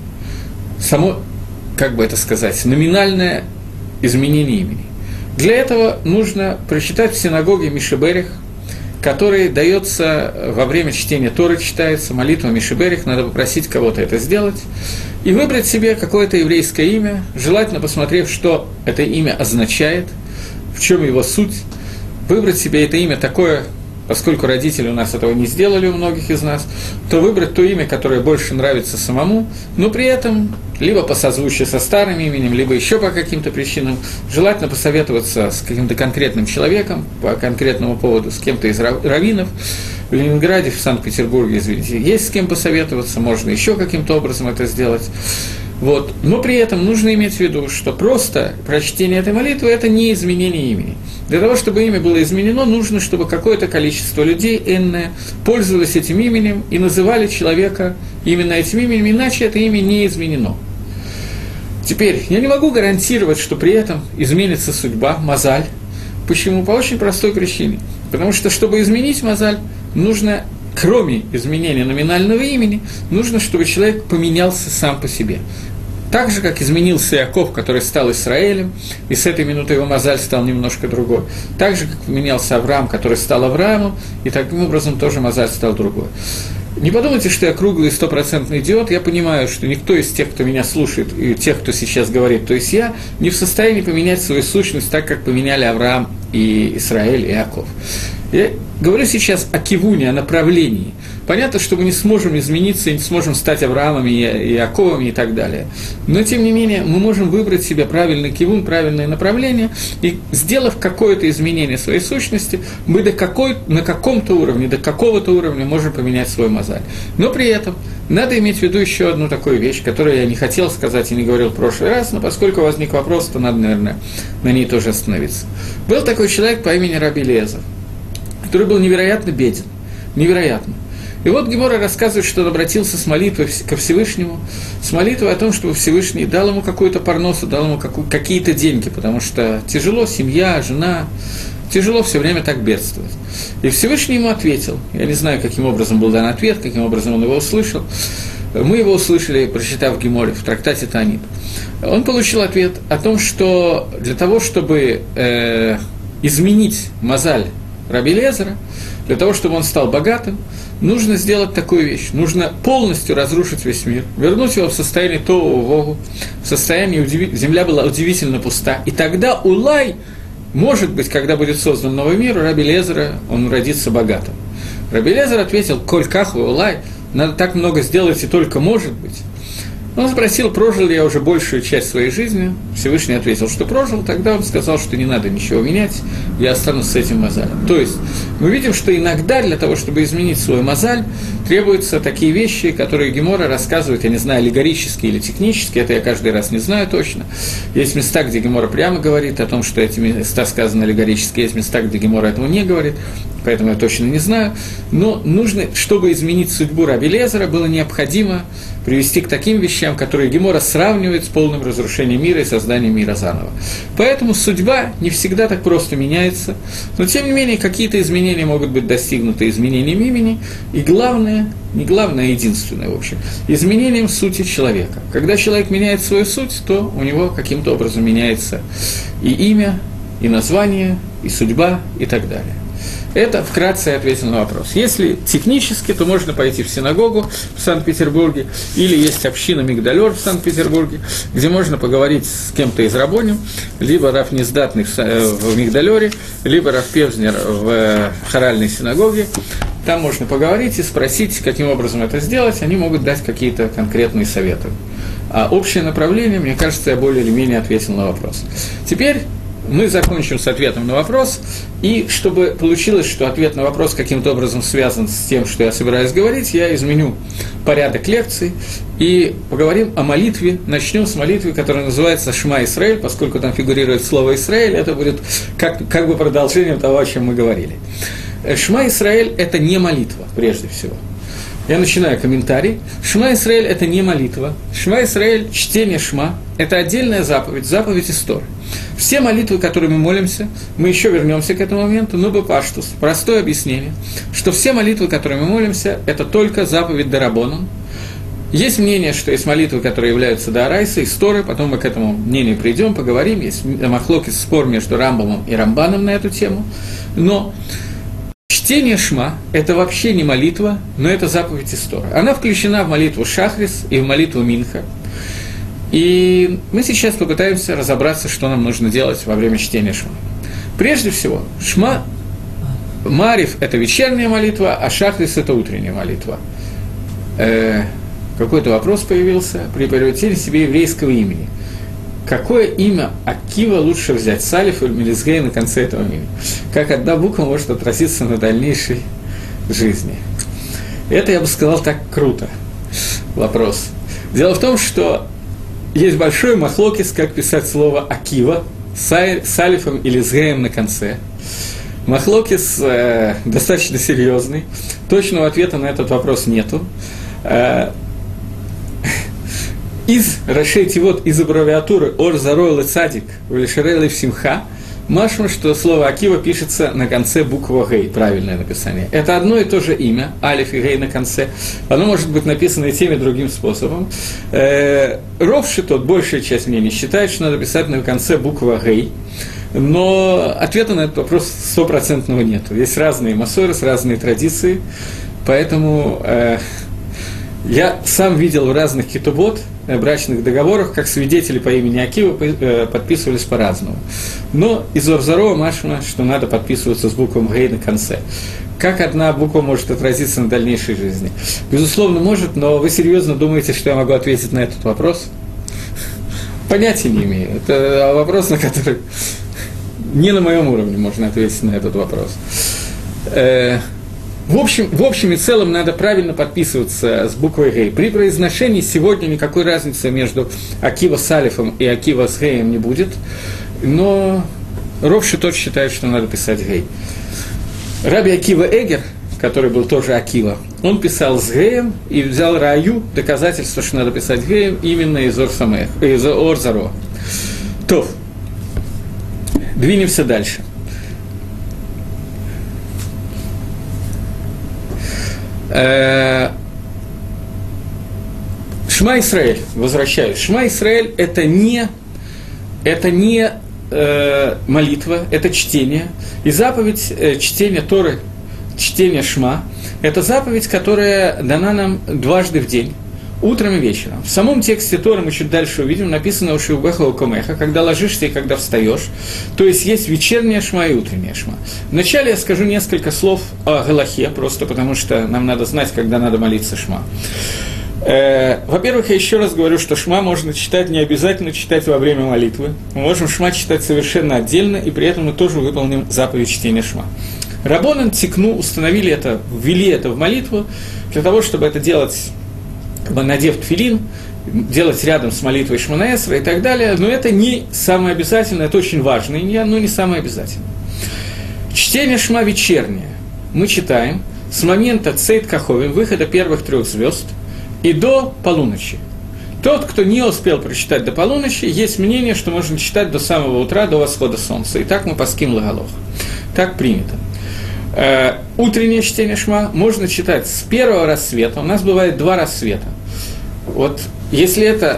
само, как бы это сказать, номинальное изменение имени. Для этого нужно прочитать в синагоге Мишеберих, который дается во время чтения Торы, читается, молитва Мишеберих, надо попросить кого-то это сделать, и выбрать себе какое-то еврейское имя, желательно посмотрев, что это имя означает, в чем его суть, выбрать себе это имя такое, поскольку родители у нас этого не сделали, у многих из нас, то выбрать то имя, которое больше нравится самому, но при этом либо по созвучию со старым именем, либо еще по каким-то причинам, желательно посоветоваться с каким-то конкретным человеком по конкретному поводу, с кем-то из раввинов. В Ленинграде, в Санкт-Петербурге, извините, есть с кем посоветоваться, можно еще каким-то образом это сделать. Вот. Но при этом нужно иметь в виду, что просто прочтение этой молитвы – это не изменение имени. Для того, чтобы имя было изменено, нужно, чтобы какое-то количество людей, энное, пользовалось этим именем и называли человека именно этим именем, иначе это имя не изменено. Теперь, я не могу гарантировать, что при этом изменится судьба, мазаль. Почему? По очень простой причине. Потому что, чтобы изменить мазаль, нужно, кроме изменения номинального имени, нужно, чтобы человек поменялся сам по себе. Так же, как изменился Иаков, который стал Исраэлем, и с этой минуты его мазаль стал немножко другой. Так же, как поменялся Авраам, который стал Авраамом, и таким образом тоже мазаль стал другой. Не подумайте, что я круглый стопроцентный идиот, я понимаю, что никто из тех, кто меня слушает, и тех, кто сейчас говорит, то есть я, не в состоянии поменять свою сущность так, как поменяли Авраам и Исраэль, и Иаков. Я говорю сейчас о кивуне, о направлении. Понятно, что мы не сможем измениться, и не сможем стать Авраамами и Иаковами и так далее. Но, тем не менее, мы можем выбрать себе правильный кивун, правильное направление, и, сделав какое-то изменение своей сущности, мы до какой, на каком-то уровне, до какого-то уровня можем поменять свой мазаль. Но при этом надо иметь в виду еще одну такую вещь, которую я не хотел сказать и не говорил в прошлый раз, но поскольку возник вопрос, то надо, наверное, на ней тоже остановиться. Был такой человек по имени Раби Элиэзер, который был невероятно беден, невероятно. И вот Гемора рассказывает, что он обратился с молитвой ко Всевышнему, с молитвой о том, чтобы Всевышний дал ему какую-то парносу, дал ему какие-то деньги, потому что тяжело, семья, жена, тяжело все время так бедствовать. И Всевышний ему ответил. Я не знаю, каким образом был дан ответ, каким образом он его услышал. Мы его услышали, прочитав Геморе в трактате Таанит. Он получил ответ о том, что для того, чтобы э, изменить мазаль Раби Элиэзера, для того, чтобы он стал богатым, нужно сделать такую вещь. Нужно полностью разрушить весь мир, вернуть его в состояние тоу-вогу, в состоянии, удиви... земля была удивительно пуста. И тогда Улай, может быть, когда будет создан новый мир, у Раби Элиэзера он родится богатым. Раби Элиэзер ответил: «Коль ках вы, Улай, надо так много сделать, и только может быть». Он спросил, прожил ли я уже большую часть своей жизни. Всевышний ответил, что прожил. Тогда он сказал, что не надо ничего менять, я останусь с этим мазалем. То есть мы видим, что иногда для того, чтобы изменить свой мазаль, требуются такие вещи, которые Гемора рассказывает, я не знаю, аллегорически или технически, это я каждый раз не знаю точно. Есть места, где Гемора прямо говорит о том, что эти места сказаны аллегорически, есть места, где Гемора этого не говорит, поэтому я точно не знаю. Но нужно, чтобы изменить судьбу Раби Элиэзера, было необходимо привести к таким вещам, которые Гемора сравнивает с полным разрушением мира и созданием мира заново. Поэтому судьба не всегда так просто меняется, но тем не менее какие-то изменения могут быть достигнуты изменением имени, и главное, не главное, а единственное, в общем, изменением сути человека. Когда человек меняет свою суть, то у него каким-то образом меняется и имя, и название, и судьба, и так далее. Это вкратце я ответил на вопрос. Если технически, то можно пойти в синагогу в Санкт-Петербурге, или есть община Мигдалёр в Санкт-Петербурге, где можно поговорить с кем-то из рабоним, либо Рав Нездатный в Мигдалёре, либо Рав Певзнер в хоральной синагоге. Там можно поговорить и спросить, каким образом это сделать, они могут дать какие-то конкретные советы. А общее направление, мне кажется, я более или менее ответил на вопрос. Теперь мы закончим с ответом на вопрос, и чтобы получилось, что ответ на вопрос каким-то образом связан с тем, что я собираюсь говорить, я изменю порядок лекций и поговорим о молитве. Начнем с молитвы, которая называется «Шма Исраэль», поскольку там фигурирует слово «Исраэль», это будет как, как бы продолжением того, о чем мы говорили. «Шма Исраэль» – это не молитва, прежде всего. Я начинаю комментарий. Шма Исраэль – это не молитва. Шма Исраэль, чтение Шма – это отдельная заповедь, заповедь из Торы. Все молитвы, которые мы молимся, мы еще вернемся к этому моменту, но бепаштус, простое объяснение, что все молитвы, которые мы молимся, это только заповедь дарабонан. Есть мнение, что есть молитвы, которые являются даорайса, из Торы, потом мы к этому мнению придем, поговорим. Есть махлокис, спор между Рамбамом и Рамбаном на эту тему. Но чтение Шма – это вообще не молитва, но это заповедь из Торы. Она включена в молитву Шахрис и в молитву Минха. И мы сейчас попытаемся разобраться, что нам нужно делать во время чтения Шма. Прежде всего, Шма, Марив – это вечерняя молитва, а Шахрис – это утренняя молитва. Э, какой-то вопрос появился при приобретении себе еврейского имени. Какое имя Акива лучше взять, Салиф или Мелизгей на конце этого имени? Как одна буква может отразиться на дальнейшей жизни? Это, я бы сказал, так круто. Вопрос. Дело в том, что есть большой махлокис, как писать слово Акива с Салифом или с Геем на конце. Махлокис э, достаточно серьезный. Точного ответа на этот вопрос нету. Э, Из Рашей Тивот, из аббревиатуры Ор Заройл и Цадик, Велишерел и Симха, машма, что слово Акива пишется на конце буквы Гей, правильное написание. Это одно и то же имя, Алиф и Гей на конце. Оно может быть написано и тем, и другим способом. Э, Ров Шитот, большая часть мнений, считает, что надо писать на конце буквы Гей. Но ответа на этот вопрос стопроцентного нет. Есть разные масоры, разные традиции, поэтому э, я сам видел в разных кетубот, брачных договорах, как свидетели по имени Акива подписывались по-разному. Но из Орзаро машма, что надо подписываться с буквой Гей на конце. Как одна буква может отразиться на дальнейшей жизни? Безусловно, может, но вы серьезно думаете, что я могу ответить на этот вопрос? Понятия не имею. Это вопрос, на который не на моем уровне можно ответить на этот вопрос. В общем, в общем и целом надо правильно подписываться с буквой Гей. При произношении сегодня никакой разницы между Акива с Алифом и Акива с Геем не будет, но Ров Шитот считает, что надо писать Гей. Раби Акива Эгер, который был тоже Акива, он писал с Геем и взял Раю, доказательство, что надо писать Геем, именно из Ор-Самех, из Ор-Заро. То, двинемся дальше. Шма Исраэль, возвращаюсь. Шма Исраэль – это не, это не э, молитва, это чтение. И заповедь э, чтения Торы, чтение Шма – это заповедь, которая дана нам дважды в день, утром и вечером. В самом тексте Торы, мы чуть дальше увидим, написано «Ушиубеха укомеха», когда ложишься и когда встаешь. То есть есть вечерняя Шма и утренняя Шма. Вначале я скажу несколько слов о Галахе, просто потому что нам надо знать, когда надо молиться Шма. Э, во-первых, я еще раз говорю, что Шма можно читать, не обязательно читать во время молитвы. Мы можем Шма читать совершенно отдельно, и при этом мы тоже выполним заповедь чтения Шма. Рабонан Тикну установили это, ввели это в молитву, для того, чтобы это делать, надев тфилин, делать рядом с молитвой Шмона Эсра и так далее, но это не самое обязательное, это очень важно, но не самое обязательное. Чтение Шма вечернее мы читаем с момента Цейт Каховим, выхода первых трех звезд, и до полуночи. Тот, кто не успел прочитать до полуночи, есть мнение, что можно читать до самого утра, до восхода солнца. И так мы паским лагалох. Так принято. Э, утреннее чтение Шма можно читать с первого рассвета. У нас бывает два рассвета. Вот если это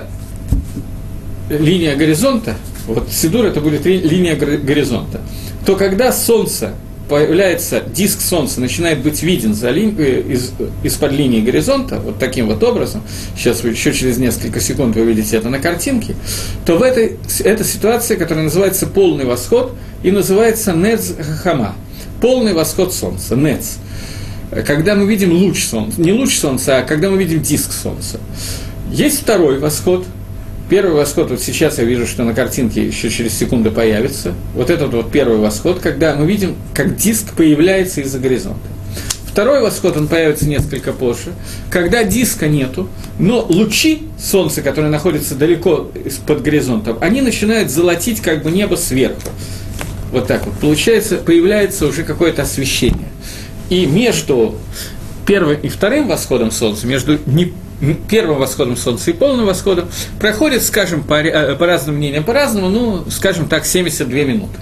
линия горизонта, вот Сидур это будет линия горизонта, то когда солнце появляется, диск солнца начинает быть виден за ли, из, из-под линии горизонта, вот таким вот образом, сейчас вы еще через несколько секунд вы увидите это на картинке, то в этой эта ситуация, которая называется полный восход, и называется нец хахама, полный восход солнца, нец. Когда мы видим луч солнца, не луч солнца, а когда мы видим диск солнца. Есть второй восход. Первый восход, вот сейчас я вижу, что на картинке еще через секунду появится. Вот этот вот первый восход, когда мы видим, как диск появляется из-за горизонта. Второй восход, он появится несколько позже, когда диска нету, но лучи солнца, которые находятся далеко под горизонтом, они начинают золотить как бы небо сверху. Вот так вот. Получается, появляется уже какое-то освещение. И между первым и вторым восходом солнца, между не, первым восходом солнца и полным восходом, проходит, скажем, по, по разным мнениям, по-разному, ну, скажем так, семьдесят две минуты.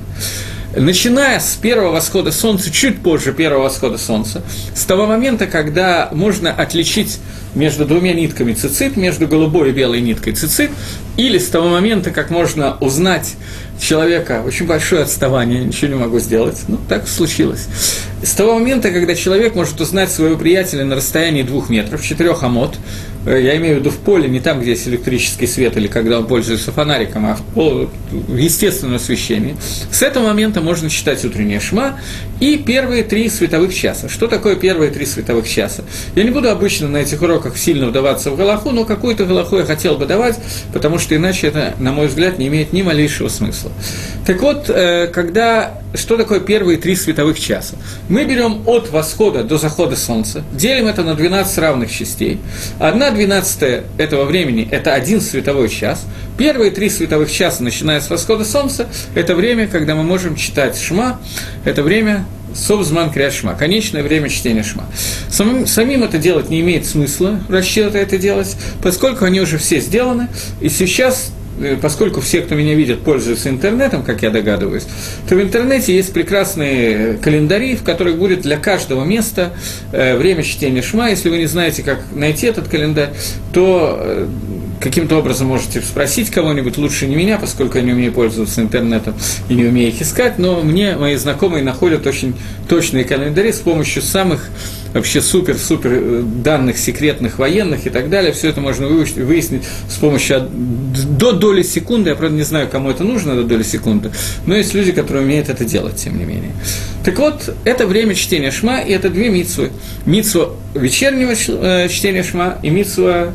Начиная с первого восхода солнца, чуть позже первого восхода солнца, с того момента, когда можно отличить между двумя нитками цицит, между голубой и белой ниткой цицит, или с того момента, как можно узнать человека, очень большое отставание, ничего не могу сделать, ну, так случилось. С того момента, когда человек может узнать своего приятеля на расстоянии двух метров, четырех амот, я имею в виду в поле, не там, где есть электрический свет, или когда он пользуется фонариком, а в, пол, в естественном освещении, с этого момента можно читать утреннее шма и первые три световых часа. Что такое первые три световых часа? Я не буду обычно на этих уроках сильно вдаваться в галаху, но какую-то галаху я хотел бы давать, потому что иначе это, на мой взгляд, не имеет ни малейшего смысла. Так вот, когда, что такое первые три световых часа? Мы берем от восхода до захода солнца, делим это на двенадцать равных частей. Одна двенадцатая этого времени – это один световой час. Первые три световых часа, начиная с восхода солнца, это время, когда мы можем читать шма, это время совзман крят шма, конечное время чтения шма. Самим, самим это делать не имеет смысла, расчета это делать, поскольку они уже все сделаны, и сейчас, поскольку все, кто меня видит, пользуются интернетом, как я догадываюсь, то в интернете есть прекрасные календари, в которых будет для каждого места э, время чтения шма. Если вы не знаете, как найти этот календарь, то э, каким-то образом можете спросить кого-нибудь, лучше не меня, поскольку я не умею пользоваться интернетом и не умею их искать, но мне мои знакомые находят очень точные календари с помощью самых вообще супер-супер данных секретных военных и так далее. Все это можно выяснить с помощью до доли секунды. Я, правда, не знаю, кому это нужно до доли секунды, но есть люди, которые умеют это делать, тем не менее. Так вот, это время чтения шма, и это две мицвы. Мицва вечернего чтения шма и мицва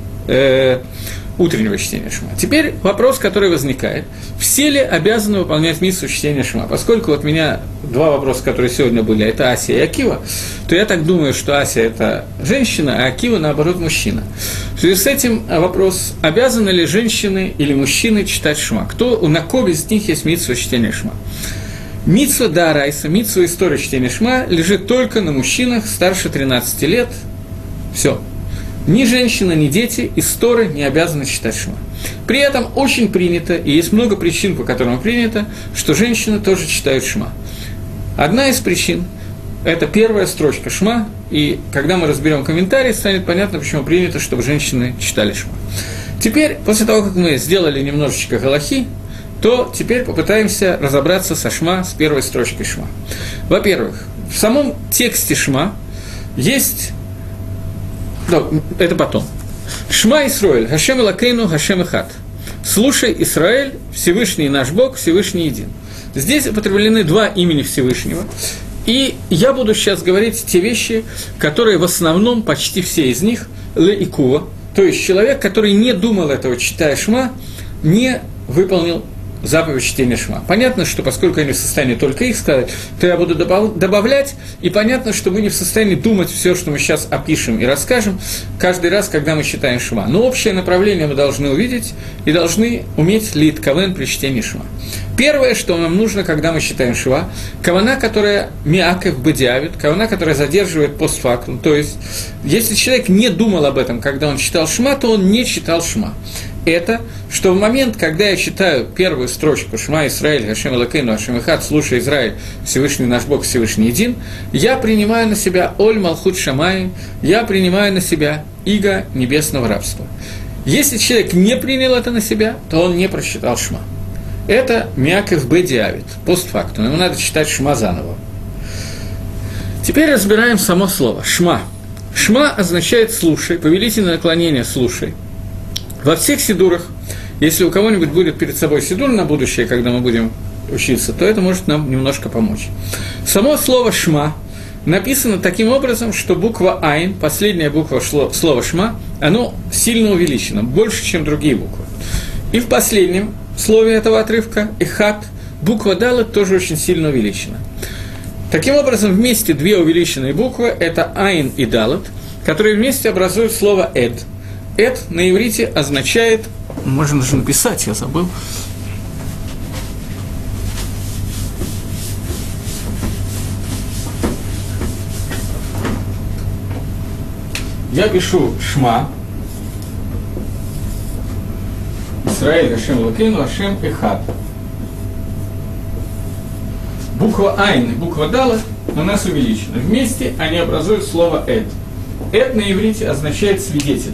э, утреннего чтения шма. Теперь вопрос, который возникает. Все ли обязаны выполнять мицву чтения шма? Поскольку вот у меня два вопроса, которые сегодня были, это Ася и Акива, то я так думаю, что Ася – это женщина, а Акива, наоборот, мужчина. В связи с этим вопрос, обязаны ли женщины или мужчины читать шма? Кто, на ком из них есть мицва чтения шма? Мицва даарайса, мицва истории чтения шма лежит только на мужчинах старше тринадцати лет. Все. Ни женщина, ни дети из Торы не обязаны читать шма. При этом очень принято, и есть много причин, по которым принято, что женщины тоже читают шма. Одна из причин – это первая строчка шма, и когда мы разберем комментарий, станет понятно, почему принято, чтобы женщины читали шма. Теперь, после того, как мы сделали немножечко галахи, то теперь попытаемся разобраться со шма, с первой строчкой шма. Во-первых, в самом тексте шма есть... Да, это потом. Шма Исраэль, Хашем Элокейну, Хашем Эхад. Слушай, Исраэль, Всевышний наш Бог, Всевышний един. Здесь употреблены два имени Всевышнего. И я буду сейчас говорить те вещи, которые в основном, почти все из них, ле икува, то есть человек, который не думал этого, читая шма, не выполнил заповедь чтения шма. Понятно, что поскольку я не в состоянии только их сказать, то я буду добавлять, и понятно, что мы не в состоянии думать все, что мы сейчас опишем и расскажем, каждый раз, когда мы читаем шма. Но общее направление мы должны увидеть и должны уметь лит кавен при чтении шма. Первое, что нам нужно, когда мы читаем шма, кавана, которая миакев бедиавит, кавана, которая задерживает постфактум, то есть, если человек не думал об этом, когда он читал шма, то он не читал шма. Это, что в момент, когда я читаю первую строчку «Шма Исраэль, Хашем Элокейну, Хашем Эхад, слушай, Израиль, Всевышний наш Бог, Всевышний един», я принимаю на себя «Оль Малхут Шамай», я принимаю на себя иго небесного рабства. Если человек не принял это на себя, то он не прочитал «Шма». Это «Мякев бедиавит», постфактум, ему надо читать «Шма» заново. Теперь разбираем само слово «Шма». «Шма» означает «слушай», повелительное наклонение «слушай». Во всех сидурах, если у кого-нибудь будет перед собой сидур на будущее, когда мы будем учиться, то это может нам немножко помочь. Само слово «шма» написано таким образом, что буква «айн», последняя буква слова «шма», оно сильно увеличено, больше, чем другие буквы. И в последнем слове этого отрывка «эхат» буква «далет» тоже очень сильно увеличена. Таким образом, вместе две увеличенные буквы – это «айн» и «далет», которые вместе образуют слово «эд». «Эд» на иврите означает, можно даже написать, я забыл, я пишу Шма, Исраэль, Ашем Лукейну, Ашем Эхад. Буква Айн и буква Дала у нас увеличены. Вместе они образуют слово Эд. Эд на иврите означает свидетель.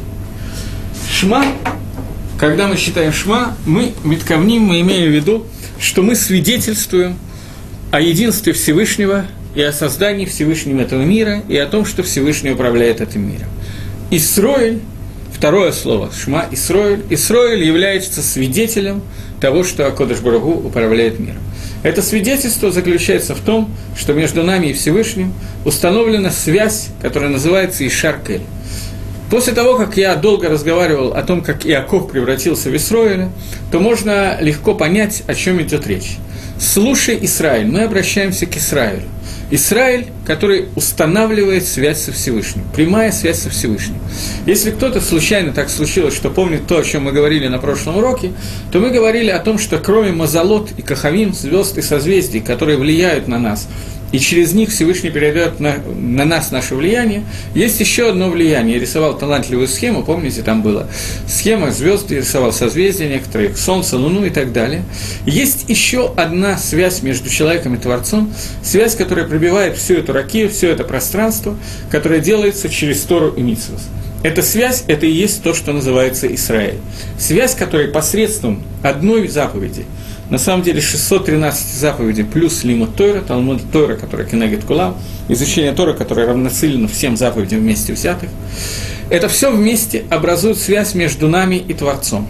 Шма, когда мы считаем Шма, мы митковним, мы имеем в виду, что мы свидетельствуем о единстве Всевышнего и о создании Всевышним этого мира, и о том, что Всевышний управляет этим миром. Исроэль, второе слово, Шма, Исроэль. Исроэль является свидетелем того, что Акодыш Барух Ху управляет миром. Это свидетельство заключается в том, что между нами и Всевышним установлена связь, которая называется Ишар-Кель. После того, как я долго разговаривал о том, как Иаков превратился в Исроэля, то можно легко понять, о чем идет речь. «Слушай, Исраиль», мы обращаемся к Исраилю. Израиль, который устанавливает связь со Всевышним, прямая связь со Всевышним. Если кто-то случайно так случилось, что помнит то, о чем мы говорили на прошлом уроке, то мы говорили о том, что кроме Мазалот и Кахавим, звезд и созвездий, которые влияют на нас, и через них Всевышний передает на, на нас наше влияние, есть еще одно влияние. Я рисовал талантливую схему, помните, там была схема звезд, я рисовал созвездия некоторые, Солнце, Луну и так далее. Есть еще одна связь между человеком и Творцом, связь, которая пробивает всю эту ракию, все это пространство, которое делается через Тору и Мицвот. Эта связь, это и есть то, что называется Исраэль. Связь, которая посредством одной заповеди, на самом деле шестьсот тринадцать заповедей плюс лимут Тора, Талмуд Тора, который кенегет кулам, изучение Тора, которое равноценно всем заповедям вместе взятых, это все вместе образует связь между нами и Творцом.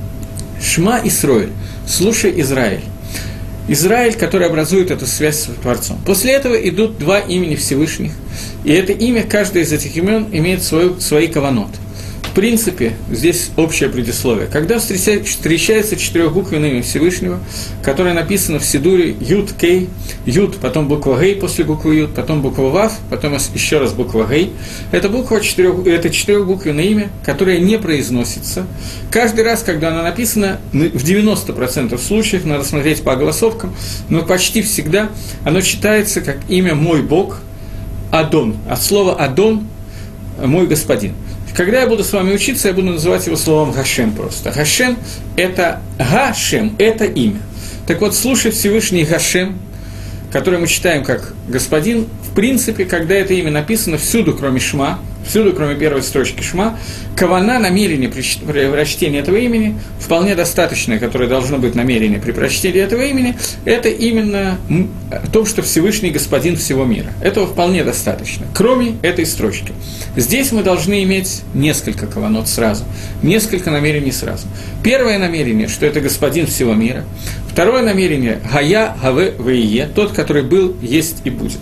Шма Исроэль, слушай Израиль. Израиль, который образует эту связь с Творцом. После этого идут два имени Всевышних, и это имя, каждое из этих имен имеет свою, свои каванот. В принципе, здесь общее предисловие. Когда встречается четырехбуквенное имя Всевышнего, которое написано в Сидуре Юд, Кей, Юд, потом буква Гей после буквы Юд, потом буква Вав, потом еще раз буква Гей, это, буква четырех, это четырехбуквенное имя, которое не произносится. Каждый раз, когда оно написано, в девяносто процентов случаев, надо смотреть по голосовкам, но почти всегда оно читается как имя «Мой Бог», Адон, от слова «Адон» – «Мой Господин». Когда я буду с вами учиться, я буду называть его словом «Гашем» просто. «Гашем» – это «Гашем», это имя. Так вот, слушать Всевышний «Гашем», который мы читаем как «Господин», в принципе, когда это имя написано всюду, кроме «Шма», всюду, кроме первой строчки «Шма», кавана, намерение при прочтении этого имени, вполне достаточное, которое должно быть намерение при прочтении этого имени, это именно то, что Всевышний Господин всего мира. Этого вполне достаточно, кроме этой строчки. Здесь мы должны иметь несколько каванот сразу, несколько намерений сразу. Первое намерение, что это Господин всего мира. Второе намерение – Гая, Гаве, Вее, тот, который был, есть и будет.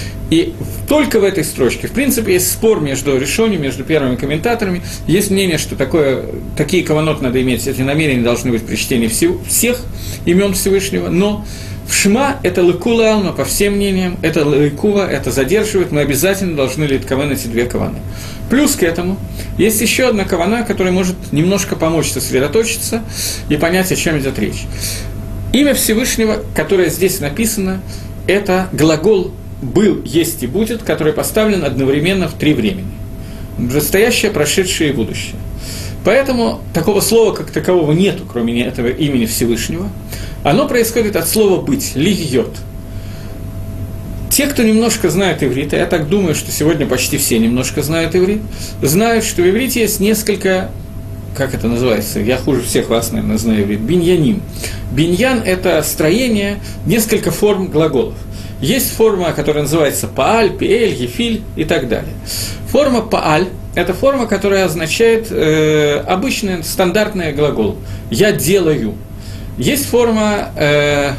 И только в этой строчке, в принципе, есть спор между решением, между первыми комментаторами. Есть мнение, что такое, такие каванот надо иметь, эти намерения должны быть при чтении всего, всех имен Всевышнего, но в Шма это лыкула алма, по всем мнениям, это лыкува, это задерживает, мы обязательно должны литковен эти две каваны. Плюс к этому есть еще одна кавана, которая может немножко помочь сосредоточиться и понять, о чем идет речь. Имя Всевышнего, которое здесь написано, это глагол «был, есть и будет», который поставлен одновременно в три времени. Настоящее, прошедшее и будущее. Поэтому такого слова, как такового, нету, кроме этого имени Всевышнего. Оно происходит от слова «быть», «лигьот». Те, кто немножко знает иврит, а я так думаю, что сегодня почти все немножко знают иврит, знают, что в иврите есть несколько, как это называется, я хуже всех вас, наверное, знаю иврит, биньяним. Биньян – это строение, несколько форм глаголов. Есть форма, которая называется пааль, пиэль, ефиль и так далее. Форма пааль – это форма, которая означает э, обычный стандартный глагол «я делаю». Есть форма, э,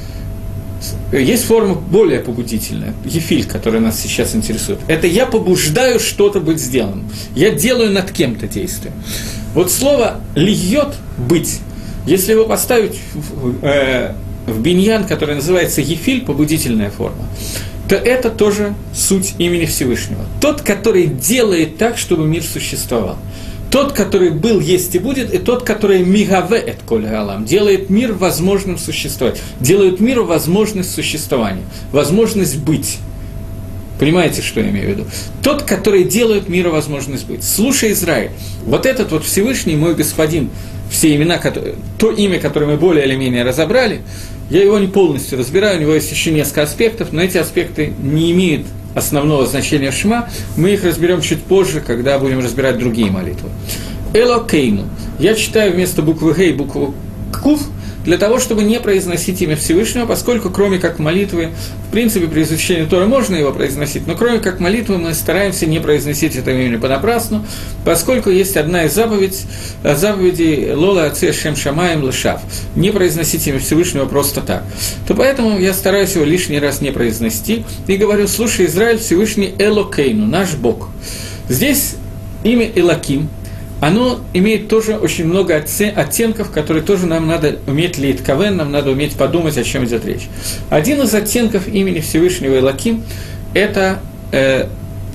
есть форма более побудительная, ефиль, которая нас сейчас интересует. Это «я побуждаю что-то быть сделанным», «я делаю над кем-то действие». Вот слово «льет» – «быть», если его поставить в, э, в биньян, который называется «ефиль», побудительная форма, то это тоже суть имени Всевышнего. Тот, который делает так, чтобы мир существовал. Тот, который был, есть и будет, и тот, который мигаве эт коль галам, делает мир возможным существовать, делает миру возможность существования, возможность быть. Понимаете, что я имею в виду? Тот, который делает миру возможность быть. Слушай, Израиль, вот этот вот Всевышний, мой господин, все имена, которые, то имя, которое мы более или менее разобрали, я его не полностью разбираю, у него есть еще несколько аспектов, но эти аспекты не имеют основного значения в Шма, мы их разберем чуть позже, когда будем разбирать другие молитвы. Элокейну. Я читаю вместо буквы Гей букву Кув, для того, чтобы не произносить имя Всевышнего, поскольку кроме как молитвы, в принципе, при изучении Торы можно его произносить, но кроме как молитвы мы стараемся не произносить это имя понапрасну, поскольку есть одна из заповедей, заповедей «Лола Аце Шем Шамаем Лешав» – не произносить имя Всевышнего просто так. То поэтому я стараюсь его лишний раз не произнести и говорю: слушай, Израиль, Всевышний Элокейну, наш Бог. Здесь имя Элоким, оно имеет тоже очень много оттенков, которые тоже нам надо уметь лейтковен, нам надо уметь подумать, о чем идет речь. Один из оттенков имени Всевышнего Элоким – это, э,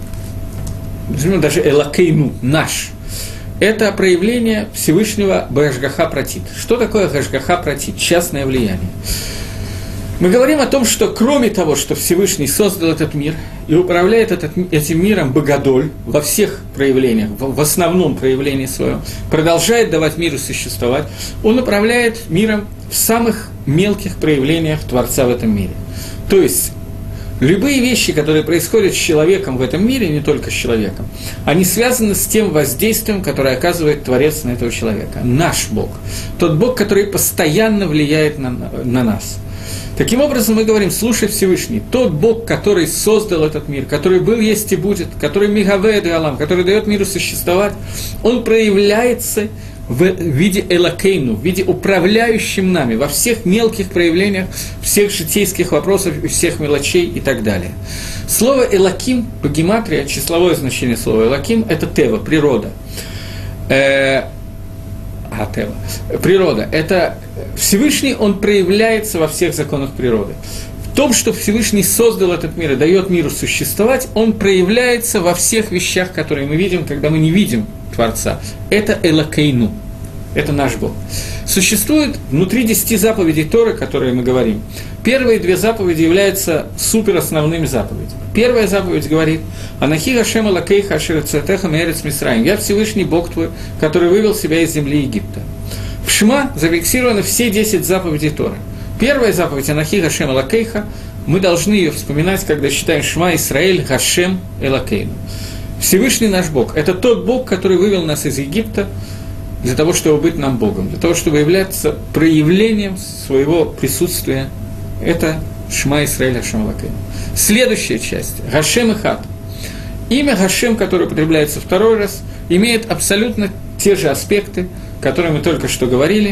даже Элокейну, наш. Это проявление Всевышнего Башгаха Пратит. Что такое Башгаха Пратит? Частное влияние. Мы говорим о том, что кроме того, что Всевышний создал этот мир и управляет этот, этим миром Богодоль во всех проявлениях, в, в основном проявлении своем, продолжает давать миру существовать, он управляет миром в самых мелких проявлениях Творца в этом мире. То есть любые вещи, которые происходят с человеком в этом мире, не только с человеком, они связаны с тем воздействием, которое оказывает Творец на этого человека. Наш Бог. Тот Бог, который постоянно влияет на, на нас. Таким образом, мы говорим: слушай, Всевышний, тот Бог, который создал этот мир, который был, есть и будет, который мигавед и алам, который дает миру существовать, он проявляется в виде элокейну, в виде управляющим нами, во всех мелких проявлениях, всех житейских вопросов, всех мелочей и так далее. Слово элоким, по гематрии, числовое значение слова элоким, это тева, природа. Э- а, тева. Природа. Это Всевышний, он проявляется во всех законах природы. В том, что Всевышний создал этот мир и дает миру существовать, он проявляется во всех вещах, которые мы видим, когда мы не видим Творца. Это Элокейну. Это наш Бог. Существует внутри десяти заповедей Торы, которые мы говорим. Первые две заповеди являются суперосновными заповедями. Первая заповедь говорит: «Анахи Гашем Элокейха ашер цветеха меэрец Мисраим». «Я Всевышний Бог твой, который вывел себя из земли Египта». В Шма зафиксированы все десять заповедей Торы. Первая заповедь «Анахи Гашем Элокейха», мы должны ее вспоминать, когда считаем Шма Исраэль Гашем Элокейну. Всевышний наш Бог – это тот Бог, который вывел нас из Египта для того, чтобы быть нам Богом, для того, чтобы являться проявлением своего присутствия. Это Шма Исраэль Гашем Элокейну. Следующая часть – Гашем Эхад. Имя Гашем, которое употребляется второй раз, имеет абсолютно те же аспекты, которые мы только что говорили,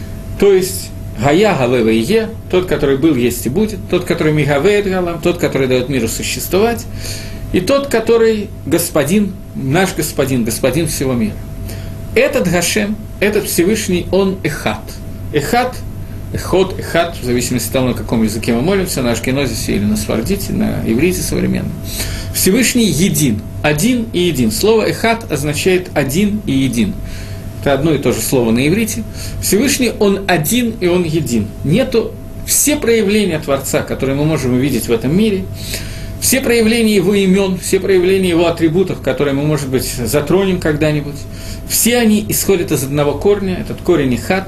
то есть Гая, Гавева и Е, тот, который был, есть и будет, тот, который Мигавеет Галам, тот, который дает миру существовать, и тот, который господин, наш господин, господин всего мира. Этот Гашем, этот Всевышний, он Эхад. Эхад, Эход, Эхад, в зависимости от того, на каком языке мы молимся, на ашкенозисе или на сфардите, на иврите современном. Всевышний един, один и един. Слово Эхад означает один и един. Это одно и то же слово на иврите. Всевышний, он один и он един. Нету все проявления Творца, которые мы можем увидеть в этом мире, все проявления его имен, все проявления его атрибутов, которые мы, может быть, затронем когда-нибудь, все они исходят из одного корня, этот корень Эхад,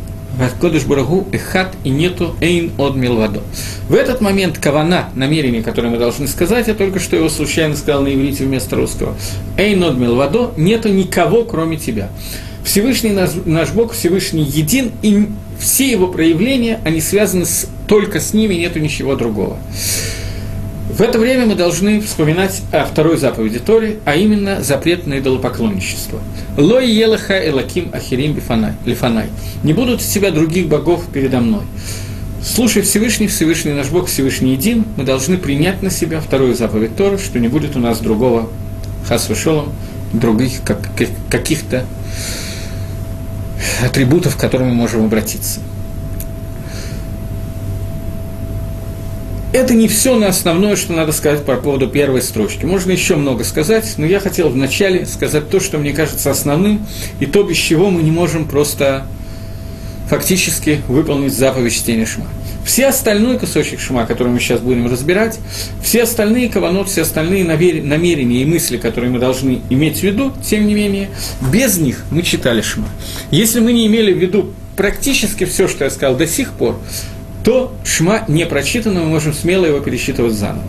Кодеш Барагу Эхад, и нету Эйн Од Милвадо. В этот момент кавана, намерение, которое мы должны сказать, я только что его случайно сказал на иврите вместо русского, Эйн Од Милвадо, нету никого, кроме тебя. Всевышний наш, наш Бог, Всевышний един, и все его проявления, они связаны с, только с ними, нету ничего другого. В это время мы должны вспоминать о второй заповеди Торы, а именно запрет на идолопоклонничество. «Лой елаха элаким ахирим лифанай». «Не будут у тебя других богов передо мной». Слушай Всевышний, Всевышний наш Бог, Всевышний един, мы должны принять на себя вторую заповедь Торы, что не будет у нас другого хас вешолом, других как, каких-то атрибутов, к которым мы можем обратиться. Это не все на основное, что надо сказать по поводу первой строчки. Можно еще много сказать, но я хотел вначале сказать то, что мне кажется основным, и то, без чего мы не можем просто фактически выполнить заповедь чтения Шма. Все остальные кусочек шма, который мы сейчас будем разбирать, все остальные каванот, все остальные намерения и мысли, которые мы должны иметь в виду, тем не менее, без них мы читали шма. Если мы не имели в виду практически все, что я сказал до сих пор, то шма не прочитано, мы можем смело его пересчитывать заново.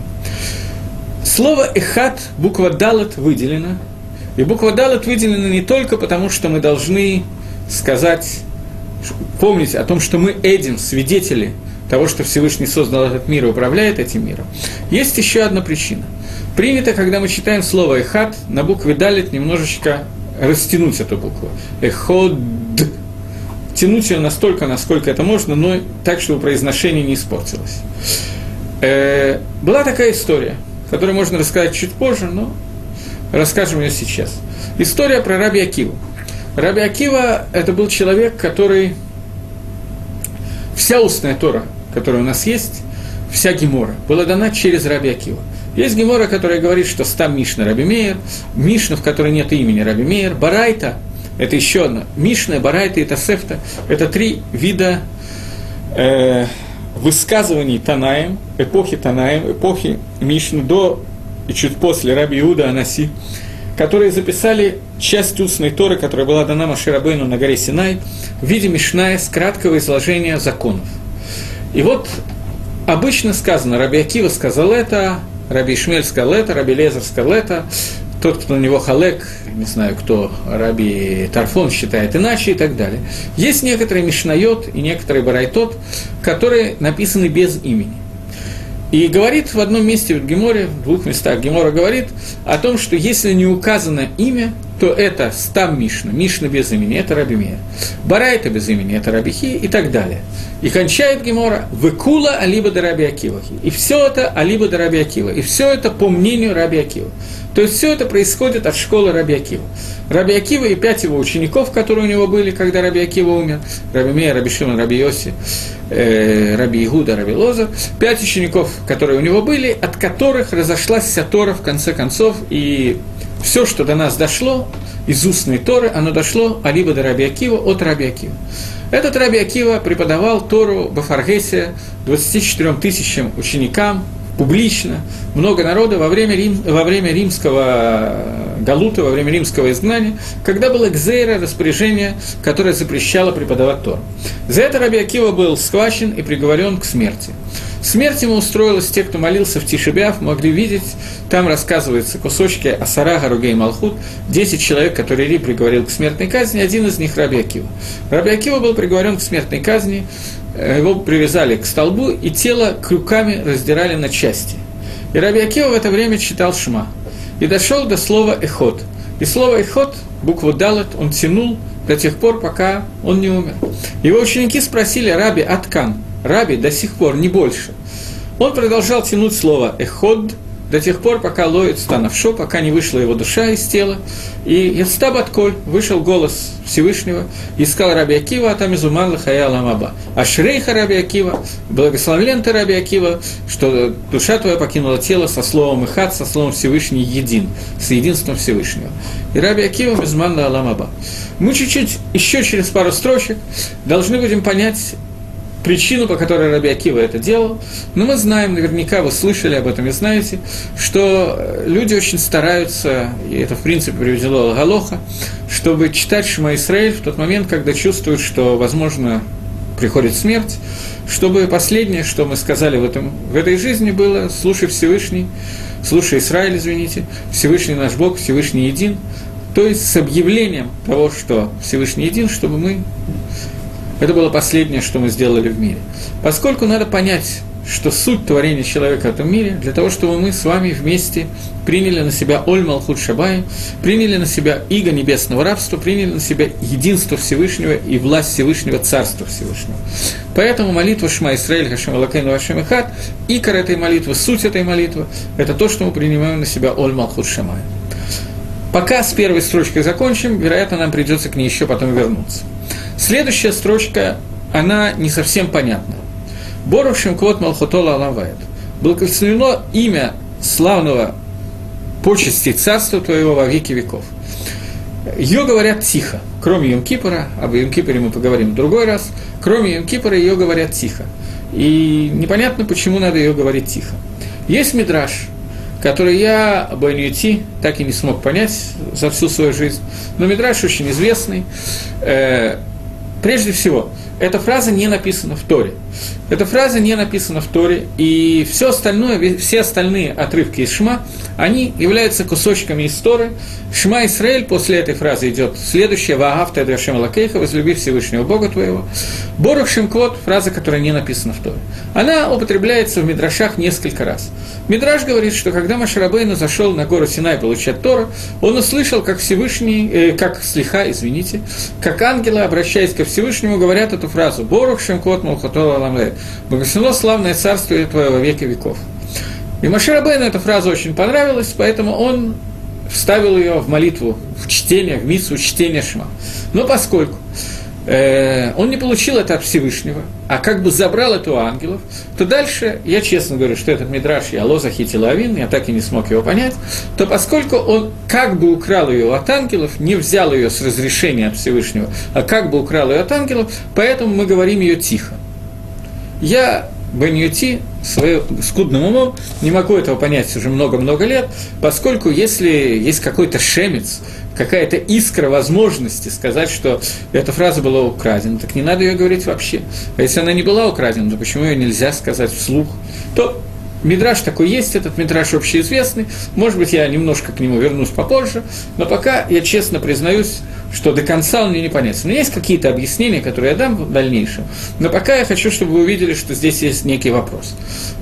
Слово «эхат», буква «далет» выделена, и буква «далет» выделена не только потому, что мы должны сказать, помнить о том, что мы эдим, свидетели того, что Всевышний создал этот мир и управляет этим миром. Есть еще одна причина. Принято, когда мы читаем слово «эхат», на букве «далет» немножечко растянуть эту букву. «Эход». Тянуть ее настолько, насколько это можно, но так, чтобы произношение не испортилось. Э, была такая история, которую можно рассказать чуть позже, но расскажем ее сейчас. История про Раби Акиву. Раби Акива – это был человек, который… Вся устная Тора, которая у нас есть, вся Гемора, была дана через Раби Акива. Есть Гемора, которая говорит, что стам Мишна Раби Меир, Мишна, в которой нет имени Раби Меир, Барайта – это еще одно. Мишна, Барайта и Тосефта – это три вида э, высказываний Танаим, эпохи Танаим, эпохи Мишны до и чуть после Раби Иуда Анаси, которые записали часть устной Торы, которая была дана Моше Рабейну на горе Синай, в виде Мишная с краткого изложения законов. И вот обычно сказано, Раби Акива сказал это, Раби Ишмаэль сказал это, Раби Лезер сказал это, тот, кто на него халек, не знаю кто, Раби Тарфон считает иначе и так далее. Есть некоторые мишнайот и некоторые барайтот, которые написаны без имени. И говорит в одном месте в Геморе, в двух местах Гемора говорит о том, что если не указано имя, то это стам Мишна, Мишна без имени, это Раби Меир, Барайта без имени, это Раби Хи и так далее. И кончает Гемора «Векула алиба да Раби Акива». И все это алиба да Раби Акива. И все это по мнению Раби Акива. То есть все это происходит от школы Раби Акива. Раби Акива и пять его учеников, которые у него были, когда Раби Акива умер, Раби Меир, Раби Шимон, Раби Йоси, э, Раби Игуда, Раби Лозер, пять учеников, которые у него были, от которых разошлась вся Тора в конце концов, и все, что до нас дошло из устной Торы, оно дошло алиба до Раби Акива от Раби Акива. Этот Раби Акива преподавал Тору Бафаргесе двадцати четырем тысячам ученикам, публично, много народа во время, Рим, во время римского галута, во время римского изгнания, когда было экзейра, распоряжение, которое запрещало преподавать Тору. За это Раби Акива был схвачен и приговорен к смерти. Смерть ему устроилась, те, кто молился в Тишебиав, могли видеть, там рассказываются кусочки Асара, Гаругей, Малхут, десять человек, которые Ри приговорил к смертной казни, один из них Раби Акива. Раби Акива был приговорен к смертной казни, его привязали к столбу, и тело крюками раздирали на части. И Раби Акива в это время читал Шма. И дошел до слова «эхот». И слово «эхот», букву «далет», он тянул до тех пор, пока он не умер. Его ученики спросили Раби Аткан, Раби, до сих пор, не больше. Он продолжал тянуть слово «эход» до тех пор, пока лоит станавшо, пока не вышла его душа из тела. И «Ястаб отколь» вышел голос Всевышнего, и сказал Раби Акива, «Атам изуман лахая ламаба». «Ашрейха, Раби Акива, благословлен ты, Раби Акива, что душа твоя покинула тело со словом «эхад», со словом «Всевышний един», с единством Всевышнего». И Раби Акива изуман ламаба. Мы чуть-чуть, еще через пару строчек, должны будем понять причину, по которой Раби Акива это делал, но мы знаем, наверняка вы слышали об этом и знаете, что люди очень стараются, и это в принципе приведено Галоха, чтобы читать Шма Исраэль в тот момент, когда чувствуют, что, возможно, приходит смерть, чтобы последнее, что мы сказали в, этом, в этой жизни, было «Слушай Всевышний», «Слушай Исраэль», извините, «Всевышний наш Бог», «Всевышний един», то есть с объявлением того, что Всевышний един, чтобы мы… Это было последнее, что мы сделали в мире. Поскольку надо понять, что суть творения человека в этом мире, для того, чтобы мы с вами вместе приняли на себя Оль Малхут Шабай, приняли на себя иго небесного рабства, приняли на себя единство Всевышнего и власть Всевышнего, Царства Всевышнего. Поэтому молитва Шма Исраэль, Хашем Элокейну Вашем Эхад, икор этой молитвы, суть этой молитвы, это то, что мы принимаем на себя Оль Малхут Шабай. Пока с первой строчкой закончим, вероятно, нам придется к ней еще потом вернуться. Следующая строчка, она не совсем понятна. Борух Шем Квот Малхутола Алавает. Благословено имя славного почести царства твоего во веки веков. Ее говорят тихо, кроме Йом-Кипура, об Йом-Кипуре мы поговорим в другой раз, кроме Йом-Кипура ее говорят тихо. и непонятно, почему надо ее говорить тихо. Есть мидраш, который я, Бен-Юти, так и не смог понять за всю свою жизнь, но мидраш очень известный. Э, прежде всего, эта фраза не написана в Торе. Эта фраза не написана в Торе, и все остальное, все остальные отрывки из Шма, они являются кусочками из Торы. Шма Исраэль, после этой фразы идет следующее: «Ваагавта эд Ашем Элокейха», возлюби Всевышнего Бога твоего. Борух Шем Квод, фраза, которая не написана в Торе. Она употребляется в мидрашах несколько раз. Мидраш говорит, что когда Моше Рабейну зашел на гору Синай получать Тору, он услышал, как Всевышний, э, как слиха, извините, как ангелы, обращаясь ко Всевышнему, говорят эту фразу: «Борух Шем Квод Малхото Аламле», «Благословено славное царствие твое во веки веков». И Моше Рабейну эта фраза очень понравилась, поэтому он вставил ее в молитву, в чтение, в мицву чтения Шма. Но поскольку э, он не получил это от Всевышнего, а как бы забрал это у ангелов, то дальше, я честно говорю, что этот мидраш я ло захити лавин, я так и не смог его понять, то поскольку он как бы украл ее от ангелов, не взял ее с разрешения от Всевышнего, а как бы украл ее от ангелов, поэтому мы говорим ее тихо. Я, Бен-Юти, своим скудным умом не могу этого понять уже много-много лет, поскольку если есть какой-то шемец, какая-то искра возможности сказать, что эта фраза была украдена, так не надо ее говорить вообще. А если она не была украдена, то почему ее нельзя сказать вслух? То мидраш такой есть, этот мидраш общеизвестный, может быть, я немножко к нему вернусь попозже, но пока я честно признаюсь, что до конца он мне не понятен. Но есть какие-то объяснения, которые я дам в дальнейшем, но пока я хочу, чтобы вы увидели, что здесь есть некий вопрос.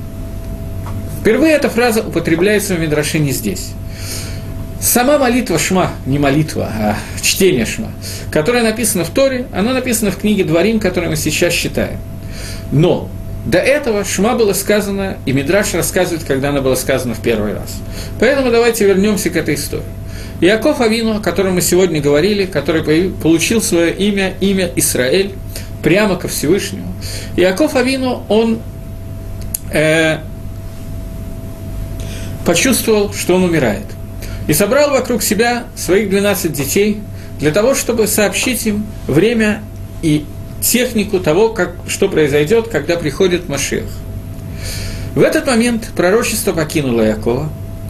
Впервые эта фраза употребляется в мидраше не здесь. Сама молитва Шма, не молитва, а чтение Шма, которая написана в Торе, она написана в книге Дворим, которую мы сейчас читаем. Но до этого Шма было сказано, и мидраш рассказывает, когда она была сказана в первый раз. Поэтому давайте вернемся к этой истории. Иаков Авину, о котором мы сегодня говорили, который получил свое имя, имя Исраэль, прямо ко Всевышнему. Иаков Авину, он э, почувствовал, что он умирает. И собрал вокруг себя своих двенадцать детей для того, чтобы сообщить им время и технику того, как, что произойдет, когда приходит Машиах. В этот момент пророчество покинуло Иакова.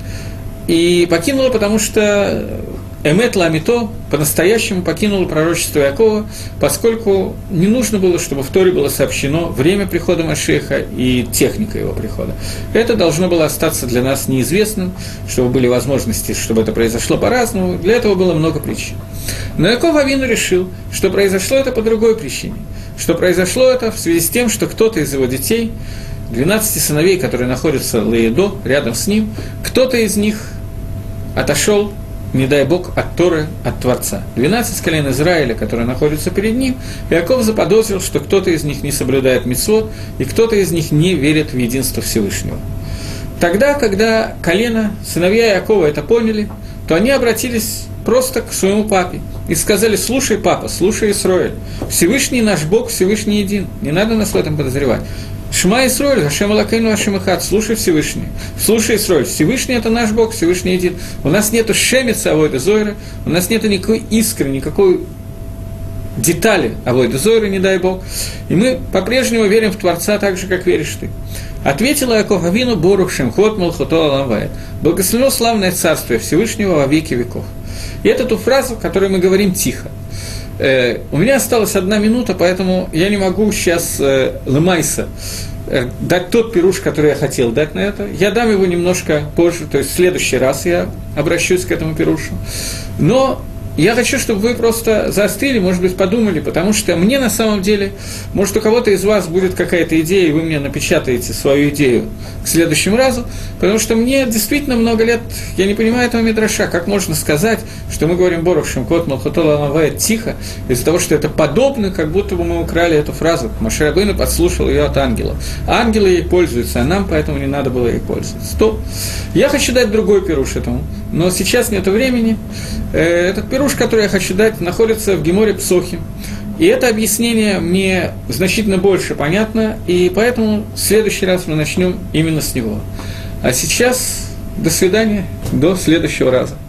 И покинуло, потому что Эмет Ламито по-настоящему покинуло пророчество Иакова, поскольку не нужно было, чтобы в Торе было сообщено время прихода Машиаха и техника его прихода. Это должно было остаться для нас неизвестным, чтобы были возможности, чтобы это произошло по-разному. Для этого было много причин. Но Иаков Авину решил, что произошло это по другой причине. Что произошло это в связи с тем, что кто-то из его детей, двенадцати сыновей, которые находятся в Леедо, рядом с ним, кто-то из них отошел, не дай Бог, от Торы, от Творца. двенадцать колен Израиля, которые находятся перед ним, Иаков заподозрил, что кто-то из них не соблюдает мицвот, и кто-то из них не верит в единство Всевышнего. Тогда, когда колено, сыновья Иакова это поняли, то они обратились просто к своему папе и сказали: «Слушай, папа, слушай, Исроэль, Всевышний наш Бог, Всевышний един, не надо нас в этом подозревать. Шма Исроэль, Ашем Элокейну, Ашем Эхад, слушай Всевышний, слушай Исроэль, Всевышний это наш Бог, Всевышний един. У нас нету шемица авойда зойры, у нас нету никакой искры, никакой детали авойда зойры, не дай Бог. И мы по-прежнему верим в Творца так же, как веришь ты». Ответила Иаков Авину: «Борух Шем Квод Малхото Аламвает, благословено славное царствие Всевышнего во веки веков». И это ту фразу, которую мы говорим тихо. Э, у меня осталась одна минута, поэтому я не могу сейчас э, лымайса э, дать тот пируш, который я хотел дать на это. Я дам его немножко позже, то есть в следующий раз я обращусь к этому пирушу. Но я хочу, чтобы вы просто заострили, может быть, подумали, потому что мне на самом деле, может, у кого-то из вас будет какая-то идея, и вы мне напечатаете свою идею к следующему разу, потому что мне действительно много лет, я не понимаю этого мидраша, как можно сказать, что мы говорим «Борух Шем Квод Малхото Аламвает» тихо, из-за того, что это подобно, как будто бы мы украли эту фразу. Моше Рабейну подслушал ее от ангела. Ангелы ей пользуются, а нам поэтому не надо было ей пользоваться. Стоп. Я хочу дать другой пируш этому, но сейчас нет времени. Этот пируш, который я хочу дать, находится в Геморе Псохим. И это объяснение мне значительно больше понятно, и поэтому в следующий раз мы начнем именно с него. А сейчас до свидания, до следующего раза.